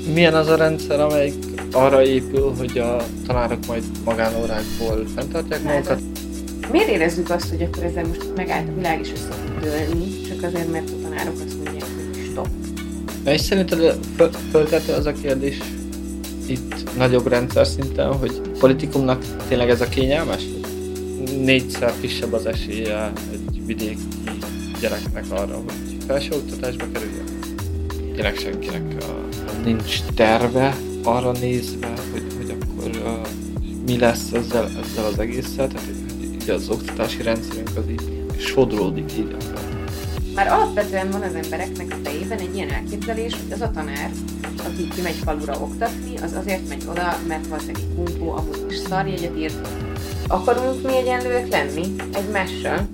Milyen az a rendszer, amelyik arra épül, hogy a tanárok majd magánórákból fenntartják magukat? Miért érezzük azt, hogy akkor ezzel most megállt a világ is össze fog dőlni, csak azért, mert a tanárok azt mondják, hogy stop? És szerinted föltető az a kérdés itt nagyobb rendszer szinten, hogy politikumnak tényleg ez a kényelmes? 4-szer kisebb az esélye egy vidéki gyereknek arra, hogy felsőoktatásba kerüljön. Tényleg senkinek nincs terve arra nézve, hogy akkor mi lesz ezzel az egésszel, tehát így az oktatási rendszerünk az így sodródik így. Már alapvetően van az embereknek a fejében egy ilyen elképzelés, hogy az a tanár, aki kimegy falura oktatni, az azért megy oda, mert valószínűleg kunkó, amúgy is szarjegyet írt. Akarunk mi egyenlőek lenni egymással?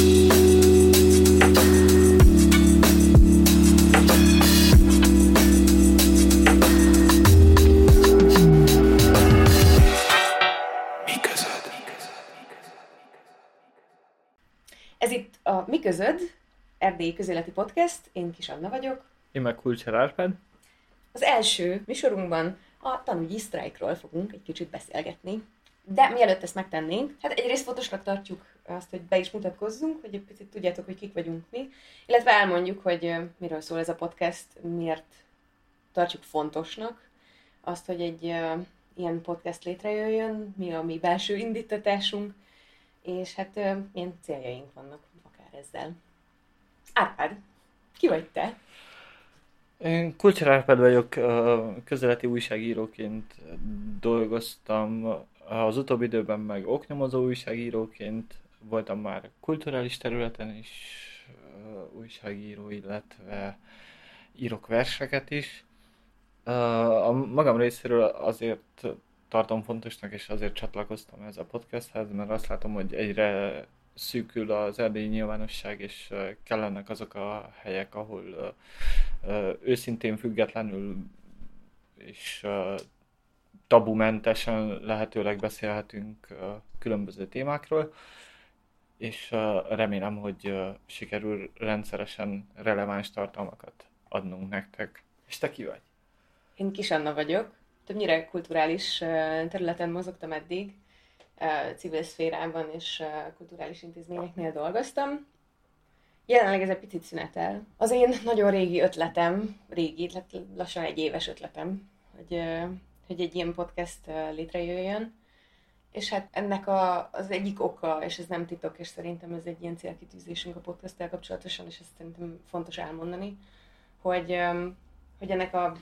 Ez itt a Mi Közöd, Erdélyi Közéleti Podcast, én Kis Anna vagyok. Én meg Kulcsár Árpád. Az első műsorunkban a tanügyi sztrájkról fogunk egy kicsit beszélgetni. De mielőtt ezt megtennénk, hát egyrészt fontosnak tartjuk azt, hogy be is mutatkozzunk, hogy egy picit tudjátok, hogy kik vagyunk mi, illetve elmondjuk, hogy miről szól ez a podcast, miért tartjuk fontosnak azt, hogy egy ilyen podcast létrejöjjön, mi a mi belső indítatásunk, és hát milyen céljaink vannak akár ezzel. Árpád, ki vagy te? Én Kulcsár Árpád vagyok, közéleti újságíróként dolgoztam, az utóbbi időben meg oknyomozó újságíróként, voltam már kulturális területen is újságíró, illetve írok verseket is. A magam részéről azért tartom fontosnak, és azért csatlakoztam ez a podcasthez, mert azt látom, hogy egyre szűkül az erdélyi nyilvánosság, és kellenek azok a helyek, ahol őszintén, függetlenül és tabumentesen lehetőleg beszélhetünk különböző témákról, és remélem, hogy sikerül rendszeresen releváns tartalmakat adnunk nektek. És te ki vagy? Én Kis Anna vagyok. Többnyire kulturális területen mozogtam eddig, civil szférában és kulturális intézményeknél dolgoztam. Jelenleg ez egy picit szünetel. Az én nagyon régi ötletem, lassan 1 éves ötletem, hogy egy ilyen podcast létrejöjjön. És hát ennek az egyik oka, és ez nem titok, és szerintem ez egy ilyen célkitűzésünk a podcasttel kapcsolatosan, és ezt szerintem fontos elmondani, hogy ennek a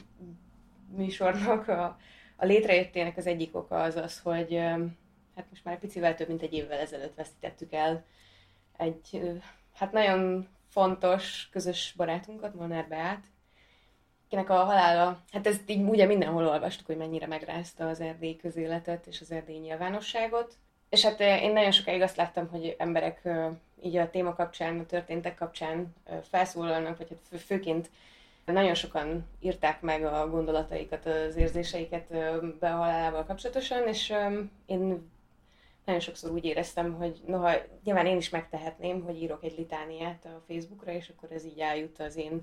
műsornak a létrejöttének az egyik oka az, hogy hát most már egy picivel több mint 1 évvel ezelőtt vesztítettük el egy hát nagyon fontos közös barátunkat, Molnár Beát, akinek a halála, hát ezt így ugye mindenhol olvastuk, hogy mennyire megrázta az erdélyi közéletet és az erdélyi nyilvánosságot. És hát én nagyon sokáig azt láttam, hogy emberek így a téma kapcsán, a történtek kapcsán felszólalnak, vagy hát főként nagyon sokan írták meg a gondolataikat, az érzéseiket be a halálával kapcsolatosan, és én nagyon sokszor úgy éreztem, hogy noha nyilván én is megtehetném, hogy írok egy litániát a Facebookra, és akkor ez így eljut az én,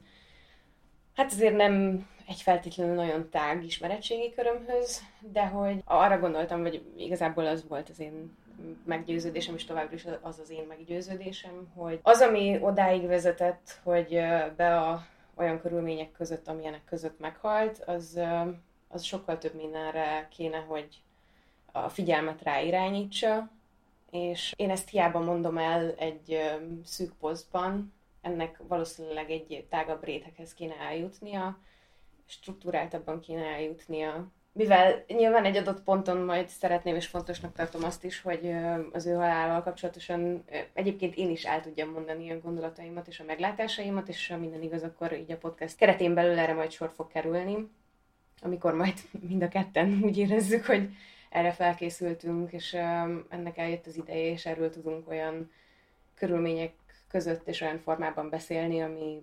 hát azért nem egy feltétlenül nagyon tág ismeretségi körömhöz, de hogy arra gondoltam, hogy igazából az volt az én meggyőződésem, és továbbra is az az én meggyőződésem, hogy az, ami odáig vezetett, hogy olyan körülmények között, amilyenek között meghalt, az sokkal több mindenre kéne, hogy a figyelmet ráirányítsa, és én ezt hiába mondom el egy szűk posztban, ennek valószínűleg egy tágabb réteghez kéne eljutnia, struktúráltabban kéne eljutnia. Mivel nyilván egy adott ponton majd szeretném, és fontosnak tartom azt is, hogy az ő halálával kapcsolatosan egyébként én is el tudjam mondani a gondolataimat és a meglátásaimat, és ha minden igaz, akkor így a podcast keretén belül erre majd sor fog kerülni, amikor majd mind a ketten úgy érezzük, hogy erre felkészültünk, és ennek eljött az ideje, és erről tudunk olyan körülmények között és olyan formában beszélni, ami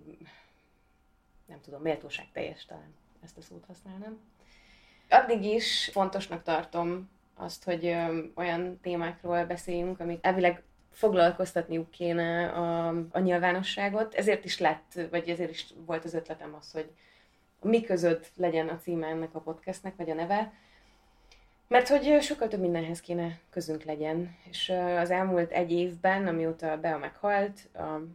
nem tudom, méltóságteljes, talán ezt a szót használnám. Addig is fontosnak tartom azt, hogy olyan témákról beszéljünk, amik elvileg foglalkoztatniuk kéne a nyilvánosságot. Ezért is lett, vagy ezért is volt az ötletem az, hogy mi között legyen a címe ennek a podcastnek, vagy a neve, mert hogy sokkal több mindenhez kéne közünk legyen. És az elmúlt egy évben, amióta Bea meghalt,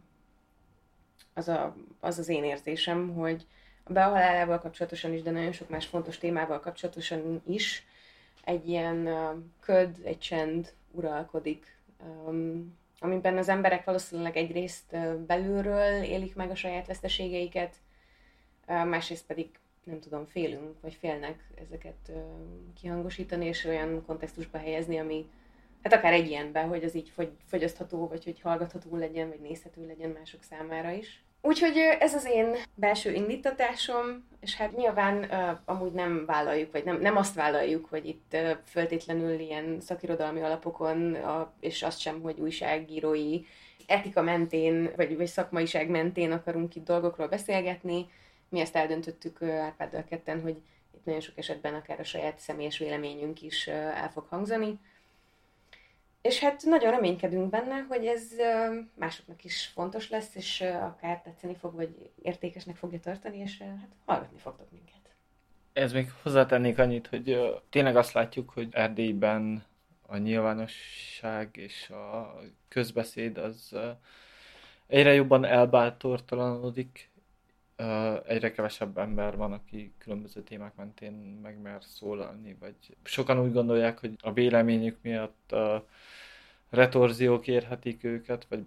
az én érzésem, hogy a Bea halálával kapcsolatosan is, de nagyon sok más fontos témával kapcsolatosan is egy ilyen köd, egy csend uralkodik, amiben az emberek valószínűleg egyrészt belülről élik meg a saját veszteségeiket, másrészt pedig nem tudom, félünk, vagy félnek ezeket kihangosítani, és olyan kontextusba helyezni, ami hát akár egy ilyenben, hogy az így fogyasztható, vagy hogy hallgatható legyen, vagy nézhető legyen mások számára is. Úgyhogy ez az én belső indítatásom, és hát nyilván amúgy nem vállaljuk, vagy nem azt vállaljuk, hogy itt föltétlenül ilyen szakirodalmi alapokon, és azt sem, hogy újságírói etika mentén, vagy szakmaiság mentén akarunk itt dolgokról beszélgetni. Mi ezt eldöntöttük Árpáddal ketten, hogy itt nagyon sok esetben akár a saját személyes véleményünk is el fog hangzani. És hát nagyon reménykedünk benne, hogy ez másoknak is fontos lesz, és akár tetszeni fog, vagy értékesnek fogja tartani, és hát hallgatni fogtok minket. Ez még hozzátennék annyit, hogy tényleg azt látjuk, hogy Erdélyben a nyilvánosság és a közbeszéd az egyre jobban elbátortalanodik, egyre kevesebb ember van, aki különböző témák mentén megmer szólalni, vagy sokan úgy gondolják, hogy a véleményük miatt retorziók érhetik őket, vagy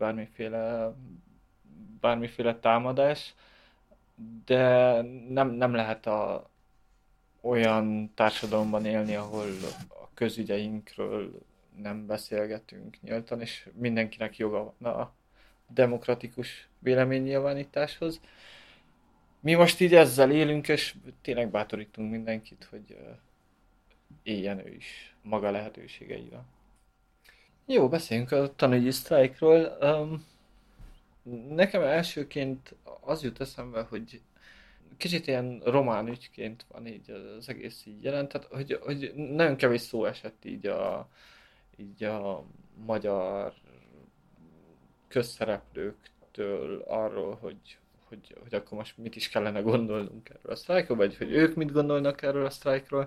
bármiféle támadás, de nem lehet olyan társadalomban élni, ahol a közügyeinkről nem beszélgetünk nyíltan, és mindenkinek joga van a demokratikus véleménynyilvánításhoz. Mi most így ezzel élünk, és tényleg bátorítunk mindenkit, hogy éljen ő is maga lehetőségeivel. Jó, beszéljünk a tanügyi sztrájkról. Nekem elsőként az jut eszembe, hogy kicsit ilyen román ügyként van így az egész így jelent, tehát hogy nagyon kevés szó esett így a magyar közszereplőktől arról, hogy akkor most mit is kellene gondolnunk erről a sztrájkról, vagy hogy ők mit gondolnak erről a sztrájkról.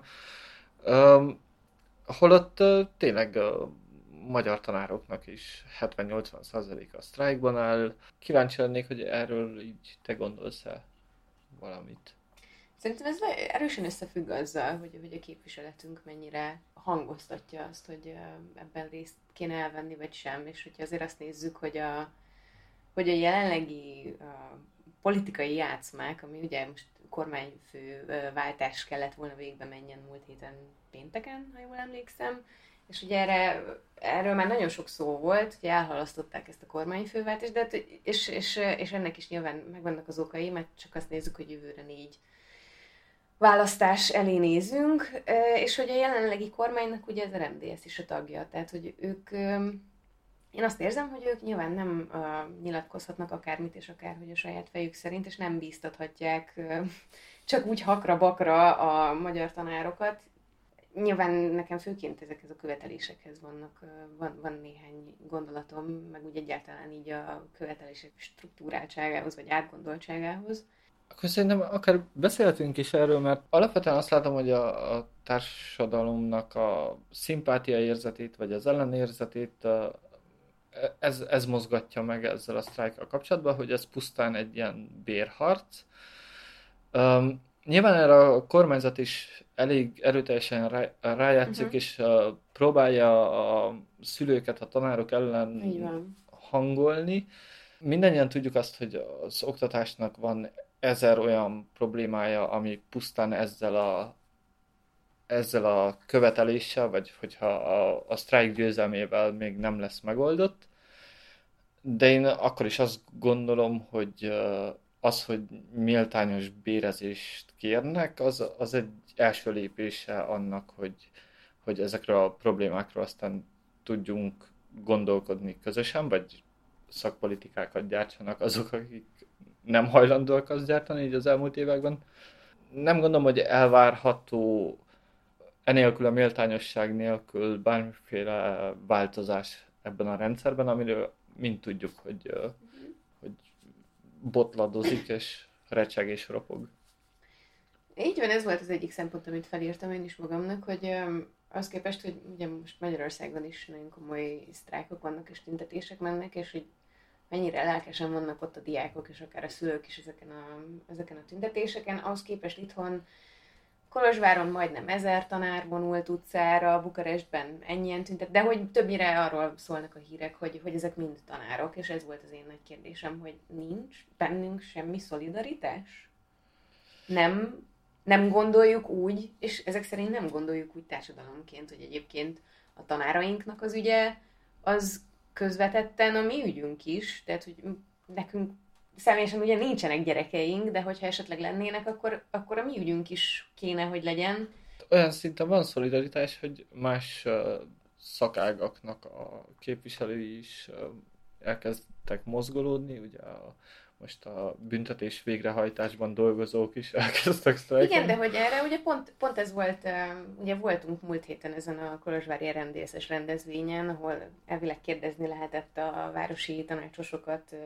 Holott tényleg a magyar tanároknak is 70-80%-a sztrájkban áll. Kíváncsi lennék, hogy erről így te gondolsz-e valamit. Szerintem ez erősen összefügg azzal, hogy a képviseletünk mennyire hangoztatja azt, hogy ebben részt kéne elvenni, vagy sem, és hogyha azért azt nézzük, hogy a jelenlegi politikai játszmák, ami ugye most kormányfő váltás kellett volna végbe menjen múlt héten pénteken, ha jól emlékszem, és ugye erről már nagyon sok szó volt, hogy elhalasztották ezt a kormányfőváltást, de és ennek is nyilván megvannak az okai, mert csak azt nézzük, hogy jövőre 4 választás elé nézünk, és hogy a jelenlegi kormánynak ugye ez a RMDSZ is a tagja, tehát hogy ők, én azt érzem, hogy ők nyilván nem nyilatkozhatnak akármit és akárhogy a saját fejük szerint, és nem bíztathatják csak úgy hakra-bakra a magyar tanárokat. Nyilván nekem főként ezekhez a követelésekhez van néhány gondolatom, meg úgy egyáltalán így a követelések struktúráltságához, vagy átgondoltságához. Akkor szerintem akár beszélhetünk is erről, mert alapvetően azt látom, hogy a társadalomnak a szimpátia érzetét, vagy az ellenérzetét ez mozgatja meg ezzel a sztrájkkal kapcsolatban, hogy ez pusztán egy ilyen bérharc. Nyilván erre a kormányzat is elég erőteljesen rájátszik, és próbálja a szülőket a tanárok ellen hangolni. Mindennyian tudjuk azt, hogy az oktatásnak van 1000 olyan problémája, ami pusztán ezzel a követeléssel, vagy hogyha a sztrájk győzelmével még nem lesz megoldott. De én akkor is azt gondolom, hogy hogy méltányos bérezést kérnek, az egy első lépése annak, hogy ezekről a problémákról aztán tudjunk gondolkodni közösen, vagy szakpolitikákat gyártsanak azok, akik nem hajlandóak azt gyártani így az elmúlt években. Nem gondolom, hogy elvárható enélkül a méltányosság nélkül bármiféle változás ebben a rendszerben, amiről mind tudjuk, hogy botladozik és recseg és ropog. Így van, ez volt az egyik szempont, amit felírtam én is magamnak, hogy az képest, hogy ugye most Magyarországon is nagyon komoly sztrájkok vannak és tüntetések mennek, és hogy mennyire lelkesen vannak ott a diákok és akár a szülők is ezeken a tüntetéseken, ahhoz képest itthon Kolozsváron majdnem 1000 tanár vonult utcára, Bukarestben ennyien tüntet, de hogy többnyire arról szólnak a hírek, hogy ezek mind tanárok, és ez volt az én nagy kérdésem, hogy nincs bennünk semmi szolidaritás? Nem gondoljuk úgy, és ezek szerint nem gondoljuk úgy társadalomként, hogy egyébként a tanárainknak az ügye, az közvetetten a mi ügyünk is, tehát hogy nekünk személyesen ugye nincsenek gyerekeink, de hogyha esetleg lennének, akkor a mi ügyünk is kéne, hogy legyen. Olyan szinten van szolidaritás, hogy más szakágaknak a képviselői is elkezdtek mozgolódni, ugye most a büntetés végrehajtásban dolgozók is elkezdtek sztrájkolni. Igen, de hogy erre ugye pont ez volt, ugye voltunk múlt héten ezen a kolozsvári rendészes rendezvényen, ahol elvileg kérdezni lehetett a városi tanácsosokat,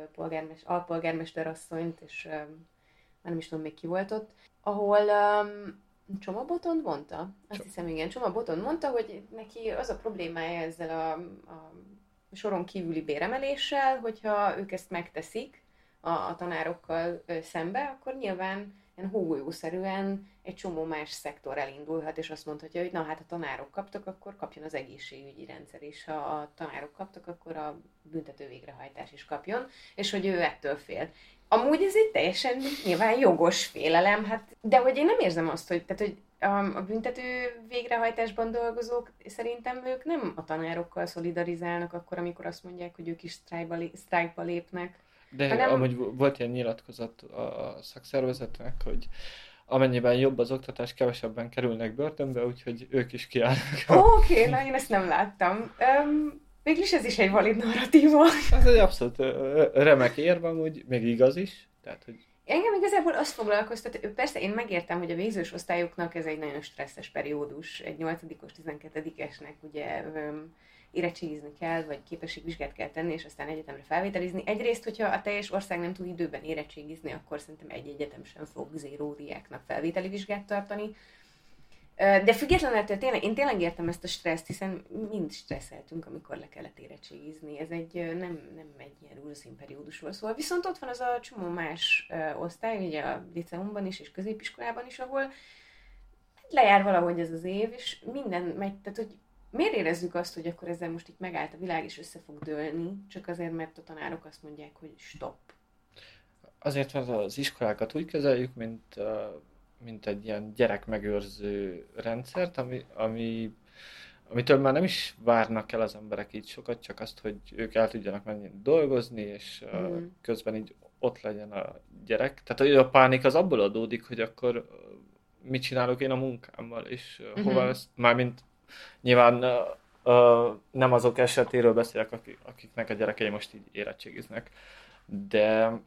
alpolgármesterasszonyt, és már nem is tudom még ki volt ott, ahol Csoma Botond mondta? Azt hiszem, igen, Csoma Botond mondta, hogy neki az a problémája ezzel a soron kívüli béremeléssel, hogyha ők ezt megteszik a tanárokkal szembe, akkor nyilván ilyen hógolyószerűen egy csomó más szektor elindulhat, és azt mondhatja, hogy na hát a tanárok kaptak, akkor kapjon az egészségügyi rendszer is. Ha a tanárok kaptak, akkor a büntető végrehajtás is kapjon, és hogy ő ettől fél. Amúgy ez egy teljesen nyilván jogos félelem, hát, de hogy én nem érzem azt, hogy a büntető végrehajtásban dolgozók, szerintem ők nem a tanárokkal szolidarizálnak akkor, amikor azt mondják, hogy ők is sztrájkba lépnek. De hanem... amúgy volt ilyen nyilatkozat a szakszervezetnek, hogy amennyiben jobb az oktatás, kevesebben kerülnek börtönbe, úgyhogy ők is kiállnak. Oké, na én ezt nem láttam. Végülis ez is egy valid narratíva. Ez egy abszolút remek érv, amúgy, még igaz is. Tehát, hogy... Engem igazából azt foglalkoztat, persze én megértem, hogy a végzős osztályoknak ez egy nagyon stresszes periódus, egy 8-os, 12-esnek ugye érettségizni kell, vagy képességvizsgát kell tenni, és aztán egyetemre felvételizni. Egyrészt, hogyha a teljes ország nem tud időben érettségizni, akkor szerintem egy egyetem sem fog zéró diáknak felvételi vizsgát tartani. De függetlenül ettől én tényleg értem ezt a stresszt, hiszen mind stresszeltünk, amikor le kellett érettségizni. Ez nem egy ilyen rózsaszín periódusról szól. Viszont ott van az a csomó más osztály, ugye a liceumban is és középiskolában is, ahol lejár valahogy ez az év, és minden megy, tehát hogy miért érezzük azt, hogy akkor ezzel most itt megállt a világ és össze fog dőlni, csak azért, mert a tanárok azt mondják, hogy stop. Azért, mert az iskolákat úgy kezeljük, mint egy ilyen gyerekmegőrző rendszert, amitől már nem is várnak el az emberek így sokat, csak azt, hogy ők el tudjanak menni dolgozni, és közben így ott legyen a gyerek. Tehát a pánik az abból adódik, hogy akkor mit csinálok én a munkámmal, és hova lesz, mármint nyilván nem azok esetéről beszélek, akiknek a gyerekei most így érettségiznek, de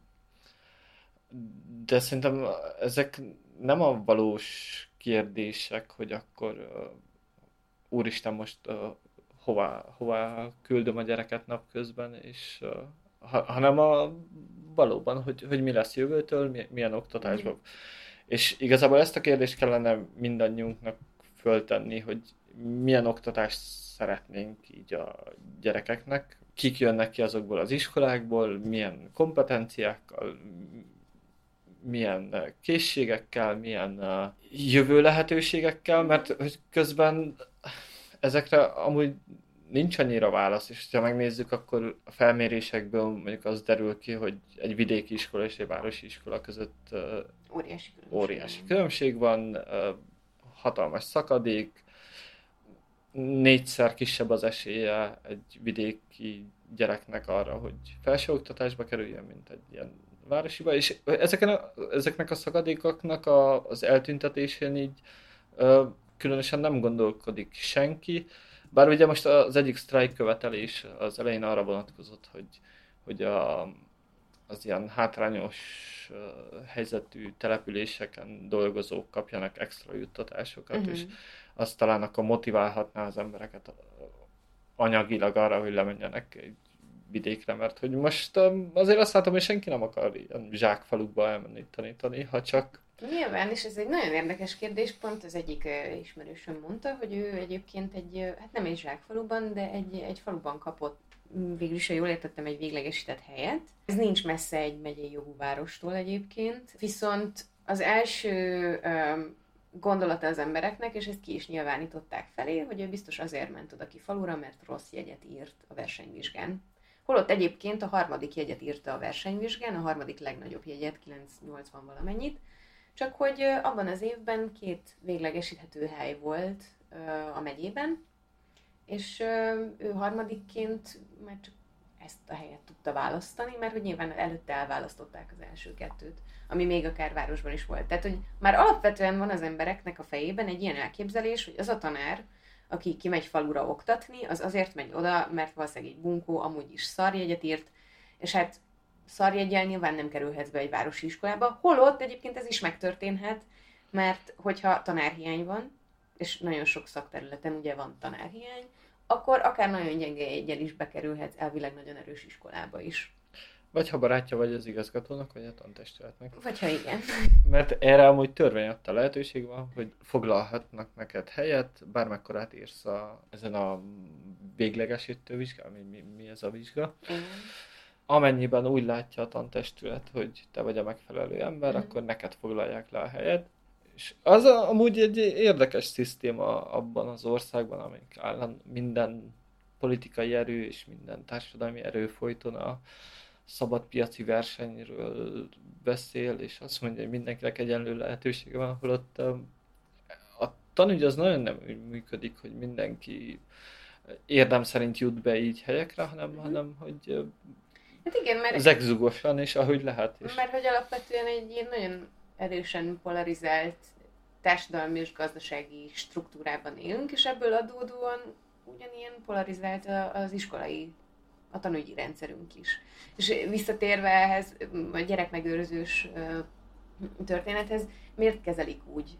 szerintem ezek nem a valós kérdések, hogy akkor úristen most hová küldöm a gyereket napközben, és hanem valóban, hogy mi lesz jövőtől, milyen oktatásban. És igazából ezt a kérdést kellene mindannyiunknak föltenni, hogy milyen oktatást szeretnénk így a gyerekeknek, kik jönnek ki azokból az iskolákból, milyen kompetenciákkal, milyen készségekkel, milyen jövő lehetőségekkel, mert hogy közben ezekre amúgy nincs annyira válasz, és ha megnézzük, akkor a felmérésekből mondjuk az derül ki, hogy egy vidéki iskola és egy városi iskola között óriási különbség van, hatalmas szakadék, 4-szer kisebb az esélye egy vidéki gyereknek arra, hogy felsőoktatásba kerüljön, mint egy ilyen városiba, és ezeknek a szakadékoknak az eltüntetésén így különösen nem gondolkodik senki, bár ugye most az egyik sztrájk követelés az elején arra vonatkozott, hogy az ilyen hátrányos helyzetű településeken dolgozók kapjanak extra juttatásokat, és azt talán akkor motiválhatná az embereket anyagilag arra, hogy lemenjenek egy vidékre, mert hogy most azért azt látom, hogy senki nem akar ilyen zsákfalukba elmenni tanítani, ha csak Nyilván, és ez egy nagyon érdekes kérdés, pont az egyik ismerősöm mondta, hogy ő egyébként hát nem egy zsákfaluban, de egy faluban kapott, végül is, ha jól értettem, egy véglegesített helyet. Ez nincs messze egy megyei jogú várostól egyébként, viszont az első gondolata az embereknek, és ezt ki is nyilvánították felé, hogy ő biztos azért ment oda ki falura, mert rossz jegyet írt a versenyvizsgán. Holott egyébként a harmadik jegyet írta a versenyvizsgán, a harmadik legnagyobb jegyet, 980 valamennyit, csak hogy abban az évben 2 véglegesíthető hely volt a megyében, és ő harmadikként már csak ezt a helyet tudta választani, mert hogy nyilván előtte elválasztották az első 2-t, ami még akár városban is volt. Tehát, hogy már alapvetően van az embereknek a fejében egy ilyen elképzelés, hogy az a tanár, aki kimegy falura oktatni, az azért megy oda, mert valószínűleg egy bunkó amúgy is szarjegyet írt, és hát szarjeggyel nyilván nem kerülhetsz be egy városi iskolába, holott egyébként ez is megtörténhet, mert hogyha tanárhiány van, és nagyon sok szakterületen ugye van tanárhiány, akkor akár nagyon gyenge jeggyel is bekerülhetsz elvileg nagyon erős iskolába is. Vagy ha barátja vagy az igazgatónak, vagy a tantestületnek. Vagy ha igen. Mert erre amúgy törvény adta lehetőség van, hogy foglalhatnak neked helyet, bármekkorát írsz ezen a véglegesítő vizsgán, mi ez a vizsga. Igen. Amennyiben úgy látja a tantestület, hogy te vagy a megfelelő ember, akkor neked foglalják le a helyet. És az amúgy egy érdekes szisztéma abban az országban, amik minden politikai erő és minden társadalmi erő folyton a szabad piaci versenyről beszél, és azt mondja, hogy mindenkinek egyenlő lehetősége van, holott a tanügy az nagyon nem úgy működik, hogy mindenki érdem szerint jut be így helyekre, hanem hogy Hát igen, mert zegzugosan, és ahogy lehet. És mert hogy alapvetően egy ilyen nagyon erősen polarizált társadalmi és gazdasági struktúrában élünk, és ebből adódóan ugyanilyen polarizált az iskolai, a tanügyi rendszerünk is. És visszatérve ehhez a gyerekmegőrzős történethez, miért kezelik úgy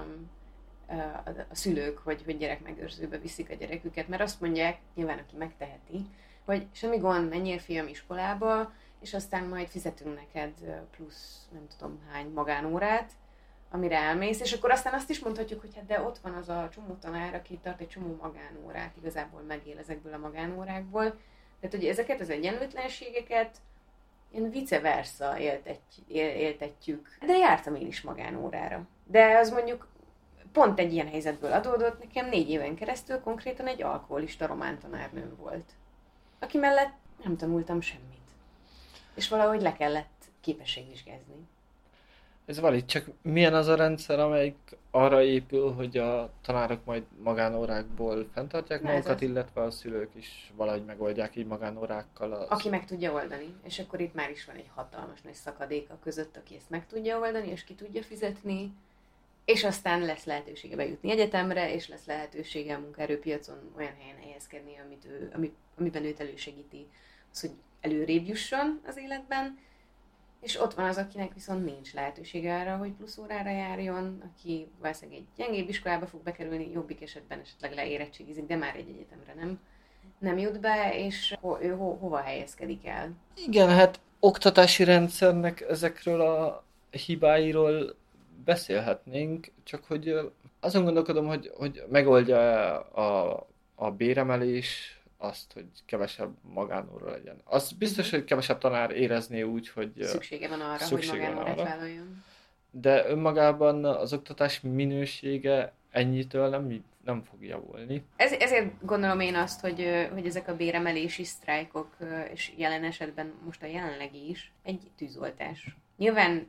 a szülők, hogy gyerekmegőrzőbe viszik a gyereküket? Mert azt mondják, nyilván aki megteheti, hogy semmi gond, menjél fiam iskolába, és aztán majd fizetünk neked plusz nem tudom hány magánórát, amire elmész, és akkor aztán azt is mondhatjuk, hogy hát de ott van az a csomó tanár, aki tart egy csomó magánórát, igazából megél ezekből a magánórákból. Tehát, hogy ezeket az egyenlőtlenségeket ilyen vice versa éltetjük. De jártam én is magánórára. De az mondjuk pont egy ilyen helyzetből adódott, nekem 4 éven keresztül konkrétan egy alkoholista román tanárnőm volt, aki mellett nem tanultam semmit. És valahogy le kellett képességvizsgázni. ez valid, csak milyen az a rendszer, amelyik arra épül, hogy a tanárok majd magánórákból fenntartják magukat, illetve a szülők is valahogy megoldják így magánórákkal. Aki meg tudja oldani. És akkor itt már is van egy hatalmas nagy szakadék a között, aki ezt meg tudja oldani, és ki tudja fizetni, és aztán lesz lehetősége bejutni egyetemre, és lesz lehetősége a munkaerőpiacon olyan helyen helyezkedni, amiben őt elősegíti az, hogy előrébb jusson az életben, és ott van az, akinek viszont nincs lehetősége arra, hogy plusz órára járjon, aki valószínűleg egy gyengébb iskolába fog bekerülni, jobbik esetben esetleg leérettségizik, de már egy egyetemre nem jut be, és ő hova helyezkedik el? Igen, hát oktatási rendszernek ezekről a hibáiról beszélhetnénk, csak hogy azon gondolkodom, hogy megoldja a béremelés azt, hogy kevesebb magánóra legyen. Az biztos, hogy kevesebb tanár érezné úgy, hogy szüksége van arra, hogy magánórát vállaljon. De önmagában az oktatás minősége ennyitől nem fog javulni. Ezért gondolom én azt, hogy ezek a béremelési sztrájkok, és jelen esetben most a jelenlegi is, egy tűzoltás. Nyilván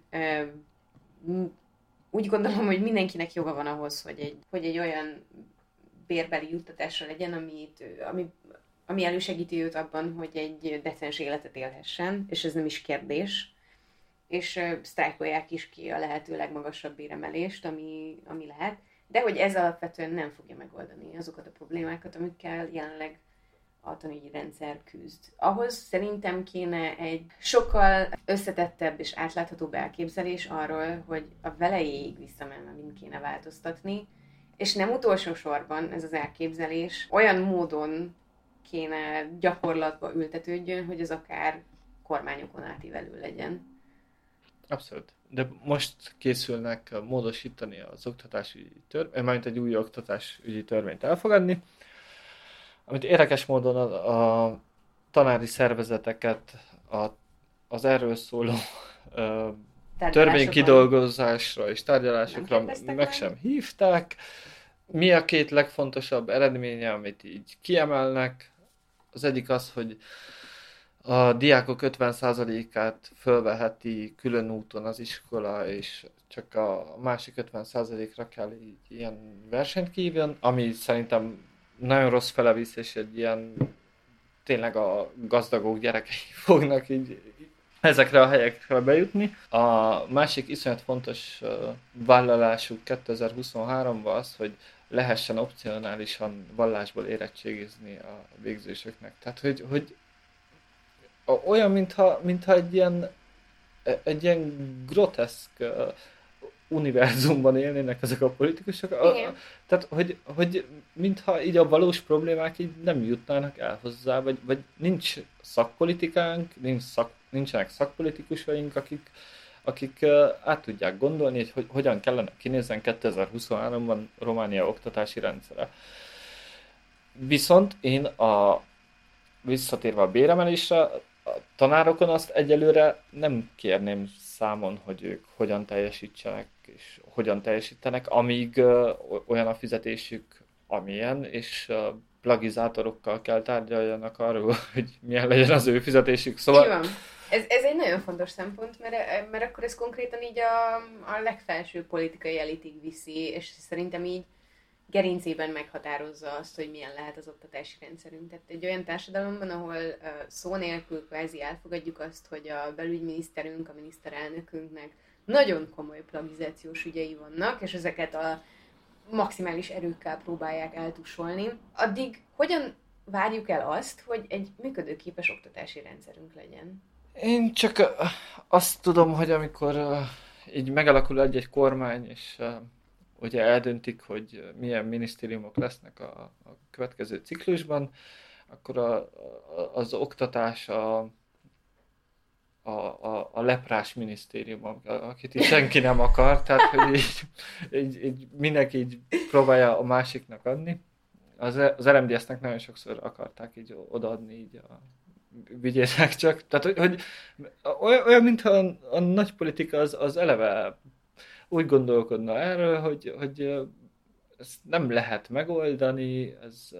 úgy gondolom, hogy mindenkinek joga van ahhoz, hogy egy olyan bérbeli juttatásra legyen, ami elősegíti őt abban, hogy egy decens életet élhessen, és ez nem is kérdés. És sztrájkolják is ki a lehető legmagasabb béremelést, ami lehet. De hogy ez alapvetően nem fogja megoldani azokat a problémákat, amikkel jelenleg a tanügyi rendszer küzd. Ahhoz szerintem kéne egy sokkal összetettebb és átláthatóbb elképzelés arról, hogy a velejéig visszamenve mind kéne változtatni, és nem utolsó sorban ez az elképzelés olyan módon kéne gyakorlatba ültetődjön, hogy ez akár kormányokon átívelő legyen. Abszolút. De most készülnek módosítani az oktatási törvényt, mármint egy új oktatásügyi törvényt elfogadni, amit érdekes módon a tanári szervezeteket az erről szóló ö, törvény Tárgyalásokon kidolgozásra és nem tárgyalásokra kérdeztek meg meg? sem hívták. Mi a két legfontosabb eredménye, amit így kiemelnek? Az egyik az, hogy a diákok 50%-át fölveheti külön úton az iskola, és csak a másik 50%-ra kell így ilyen versenyt kíván, ami szerintem nagyon rossz fele visz, és egy ilyen tényleg a gazdagok gyerekei fognak így ezekre a helyekre bejutni. A másik iszonyat fontos vállalásuk 2023-ban az, hogy lehessen opcionálisan vallásból érettségizni a végzősöknek. Tehát, hogy olyan, mintha egy ilyen groteszk univerzumban élnének ezek a politikusok. Igen. Tehát, hogy mintha így a valós problémák így nem jutnának el hozzá, vagy nincs szakpolitikánk, nincsenek szakpolitikusaink, akik át tudják gondolni, hogy hogyan kellene kinézzen 2023-ban Románia oktatási rendszere. Viszont visszatérve a béremelésre, a tanárokon azt egyelőre nem kérném számon, hogy ők hogyan teljesítsenek és hogyan teljesítenek, amíg olyan a fizetésük, amilyen, és plagizátorokkal kell tárgyaljanak arról, hogy milyen legyen az ő fizetésük. Így Szóval van. Ez egy nagyon fontos szempont, mert akkor ez konkrétan így a legfelső politikai elitig viszi, és szerintem így gerincében meghatározza azt, hogy milyen lehet az oktatási rendszerünk. Tehát egy olyan társadalomban, ahol szó nélkül kvázi elfogadjuk azt, hogy a belügyminiszterünk, a miniszterelnökünknek nagyon komoly plagizációs ügyei vannak, és ezeket a maximális erőkkel próbálják eltusolni, addig hogyan várjuk el azt, hogy egy működőképes oktatási rendszerünk legyen? én csak azt tudom, hogy amikor így megalakul egy kormány, és ugye eldöntik, hogy milyen minisztériumok lesznek a következő ciklusban, akkor az oktatás a leprás minisztérium, akit így senki nem akar, tehát hogy így mindenki így próbálja a másiknak adni. Az RMDS-nek nagyon sokszor akarták így odaadni így vigyétek csak. Tehát, hogy olyan, mintha a nagy politika az eleve úgy gondolkodna erről, hogy ezt nem lehet megoldani,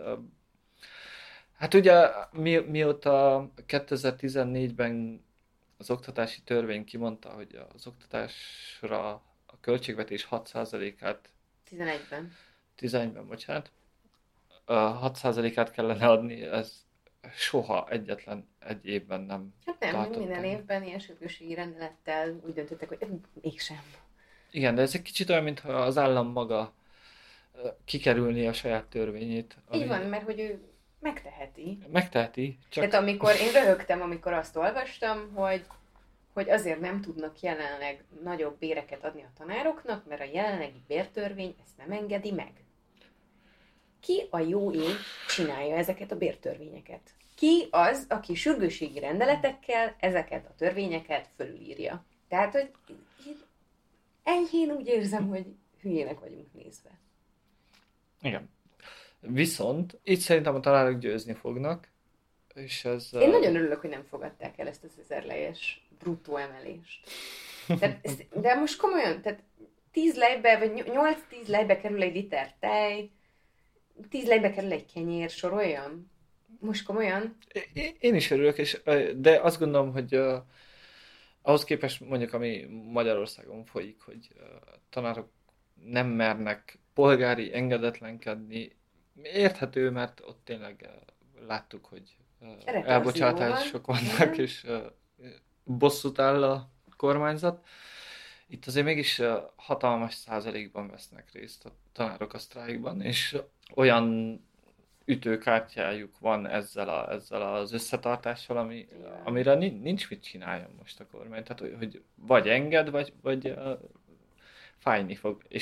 hát ugye mióta 2014-ben az oktatási törvény kimondta, hogy az oktatásra a költségvetés 6%-át 11-ben. 11-ben, bocsánat, a 6%-át kellene adni, ez soha egyetlen egy évben nem Hát nem, tartott minden ennek. évben ilyen sürgősségi rendelettel úgy döntöttek, hogy mégsem. Igen, de ez egy kicsit olyan, mintha az állam maga kikerülni a saját törvényét, Így van, ami mert hogy ő megteheti. megteheti, Tehát csak amikor én röhögtem, amikor azt olvastam, hogy azért nem tudnak jelenleg nagyobb béreket adni a tanároknak, mert a jelenlegi bértörvény ezt nem engedi meg. Ki a jó ég csinálja ezeket a bértörvényeket? Ki az, aki sürgősségi rendeletekkel ezeket a törvényeket fölülírja? Tehát, hogy enyhén úgy érzem, hogy hülyének vagyunk nézve. igen. Viszont itt szerintem a tanárok győzni fognak, és ez... Én nagyon örülök, hogy nem fogadták el ezt az 1000 lejes bruttó emelést. De most komolyan, tehát 10 lejbe, vagy 8-10 lejbe kerül egy liter tej, 10 lejbe kerül egy kenyér, soroljam? Most komolyan? Én is örülök, de azt gondolom, hogy ahhoz képest mondjuk, ami Magyarországon folyik, hogy tanárok nem mernek polgári engedetlenkedni, érthető, mert ott tényleg láttuk, hogy Retorzió van. elbocsátások vannak, Igen. és bosszút áll a kormányzat. Itt azért mégis hatalmas százalékban vesznek részt a tanárok a sztrájkban, és olyan ütőkártyájuk van ezzel az összetartással, amire nincs mit csináljon most a kormány. Tehát, hogy vagy enged, vagy fájni fog. És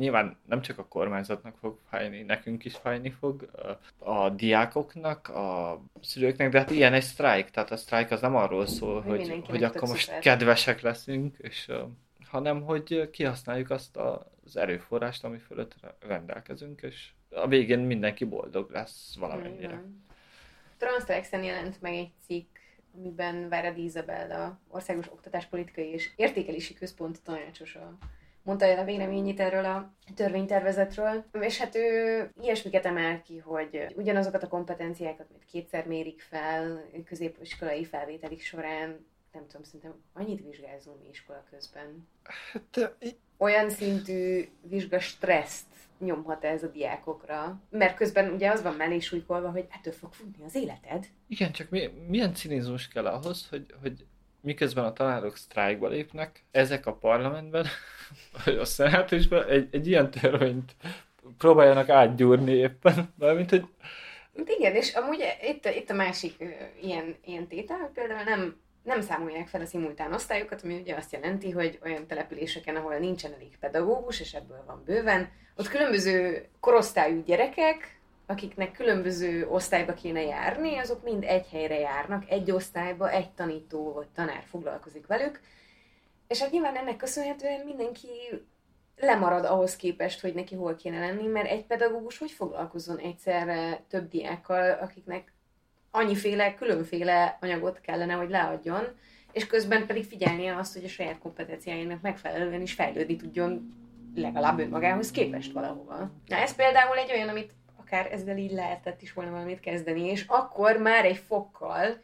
nyilván nem csak a kormányzatnak fog fájni, nekünk is fájni fog, a diákoknak, a szülőknek, de hát ilyen egy sztrájk, tehát a sztrájk az nem arról szól, hogy akkor most szuper. kedvesek leszünk, és, hanem hogy kihasználjuk azt az erőforrást, ami fölött rendelkezünk, és a végén mindenki boldog lesz valamennyire. Transztelexen jelent meg egy cikk, amiben Váradi Izabella, Országos Oktatáspolitikai és Értékelési Központ tanácsosa mondta el a véleményét erről a törvénytervezetről, és hát ő ilyesmiket emel ki, hogy ugyanazokat a kompetenciákat, amit kétszer mérik fel középiskolai felvételik során, nem tudom, szerintem annyit vizsgázunk mi iskola közben. Hát, olyan szintű vizsgastresszt nyomhat ez a diákokra, mert közben ugye az van mellé súlykolva, hogy ettől fog futni az életed. Igen, csak milyen cinizmus kell ahhoz, hogy miközben a tanárok sztrájkba lépnek, ezek a parlamentben, a szenátusban egy ilyen törvényt próbáljanak átgyúrni éppen, valamint, hogy... Igen, és amúgy itt a másik ilyen tétel, hogy például nem számolják fel a szimultán osztályokat, ami ugye azt jelenti, hogy olyan településeken, ahol nincsen elég pedagógus, és ebből van bőven, ott különböző korosztályú gyerekek, akiknek különböző osztályba kéne járni, azok mind egy helyre járnak, egy osztályba, egy tanító vagy tanár foglalkozik velük, és hát nyilván ennek köszönhetően mindenki lemarad ahhoz képest, hogy neki hol kéne lenni, mert egy pedagógus hogy foglalkozzon egyszerre több diákkal, akiknek annyiféle, különféle anyagot kellene, hogy leadjon, és közben pedig figyelnie azt, hogy a saját kompetenciájának megfelelően is fejlődni tudjon legalább önmagához képest valahova. Na ez például egy olyan, amit akár ezzel így lehetett is volna valamit kezdeni, és akkor már egy fokkal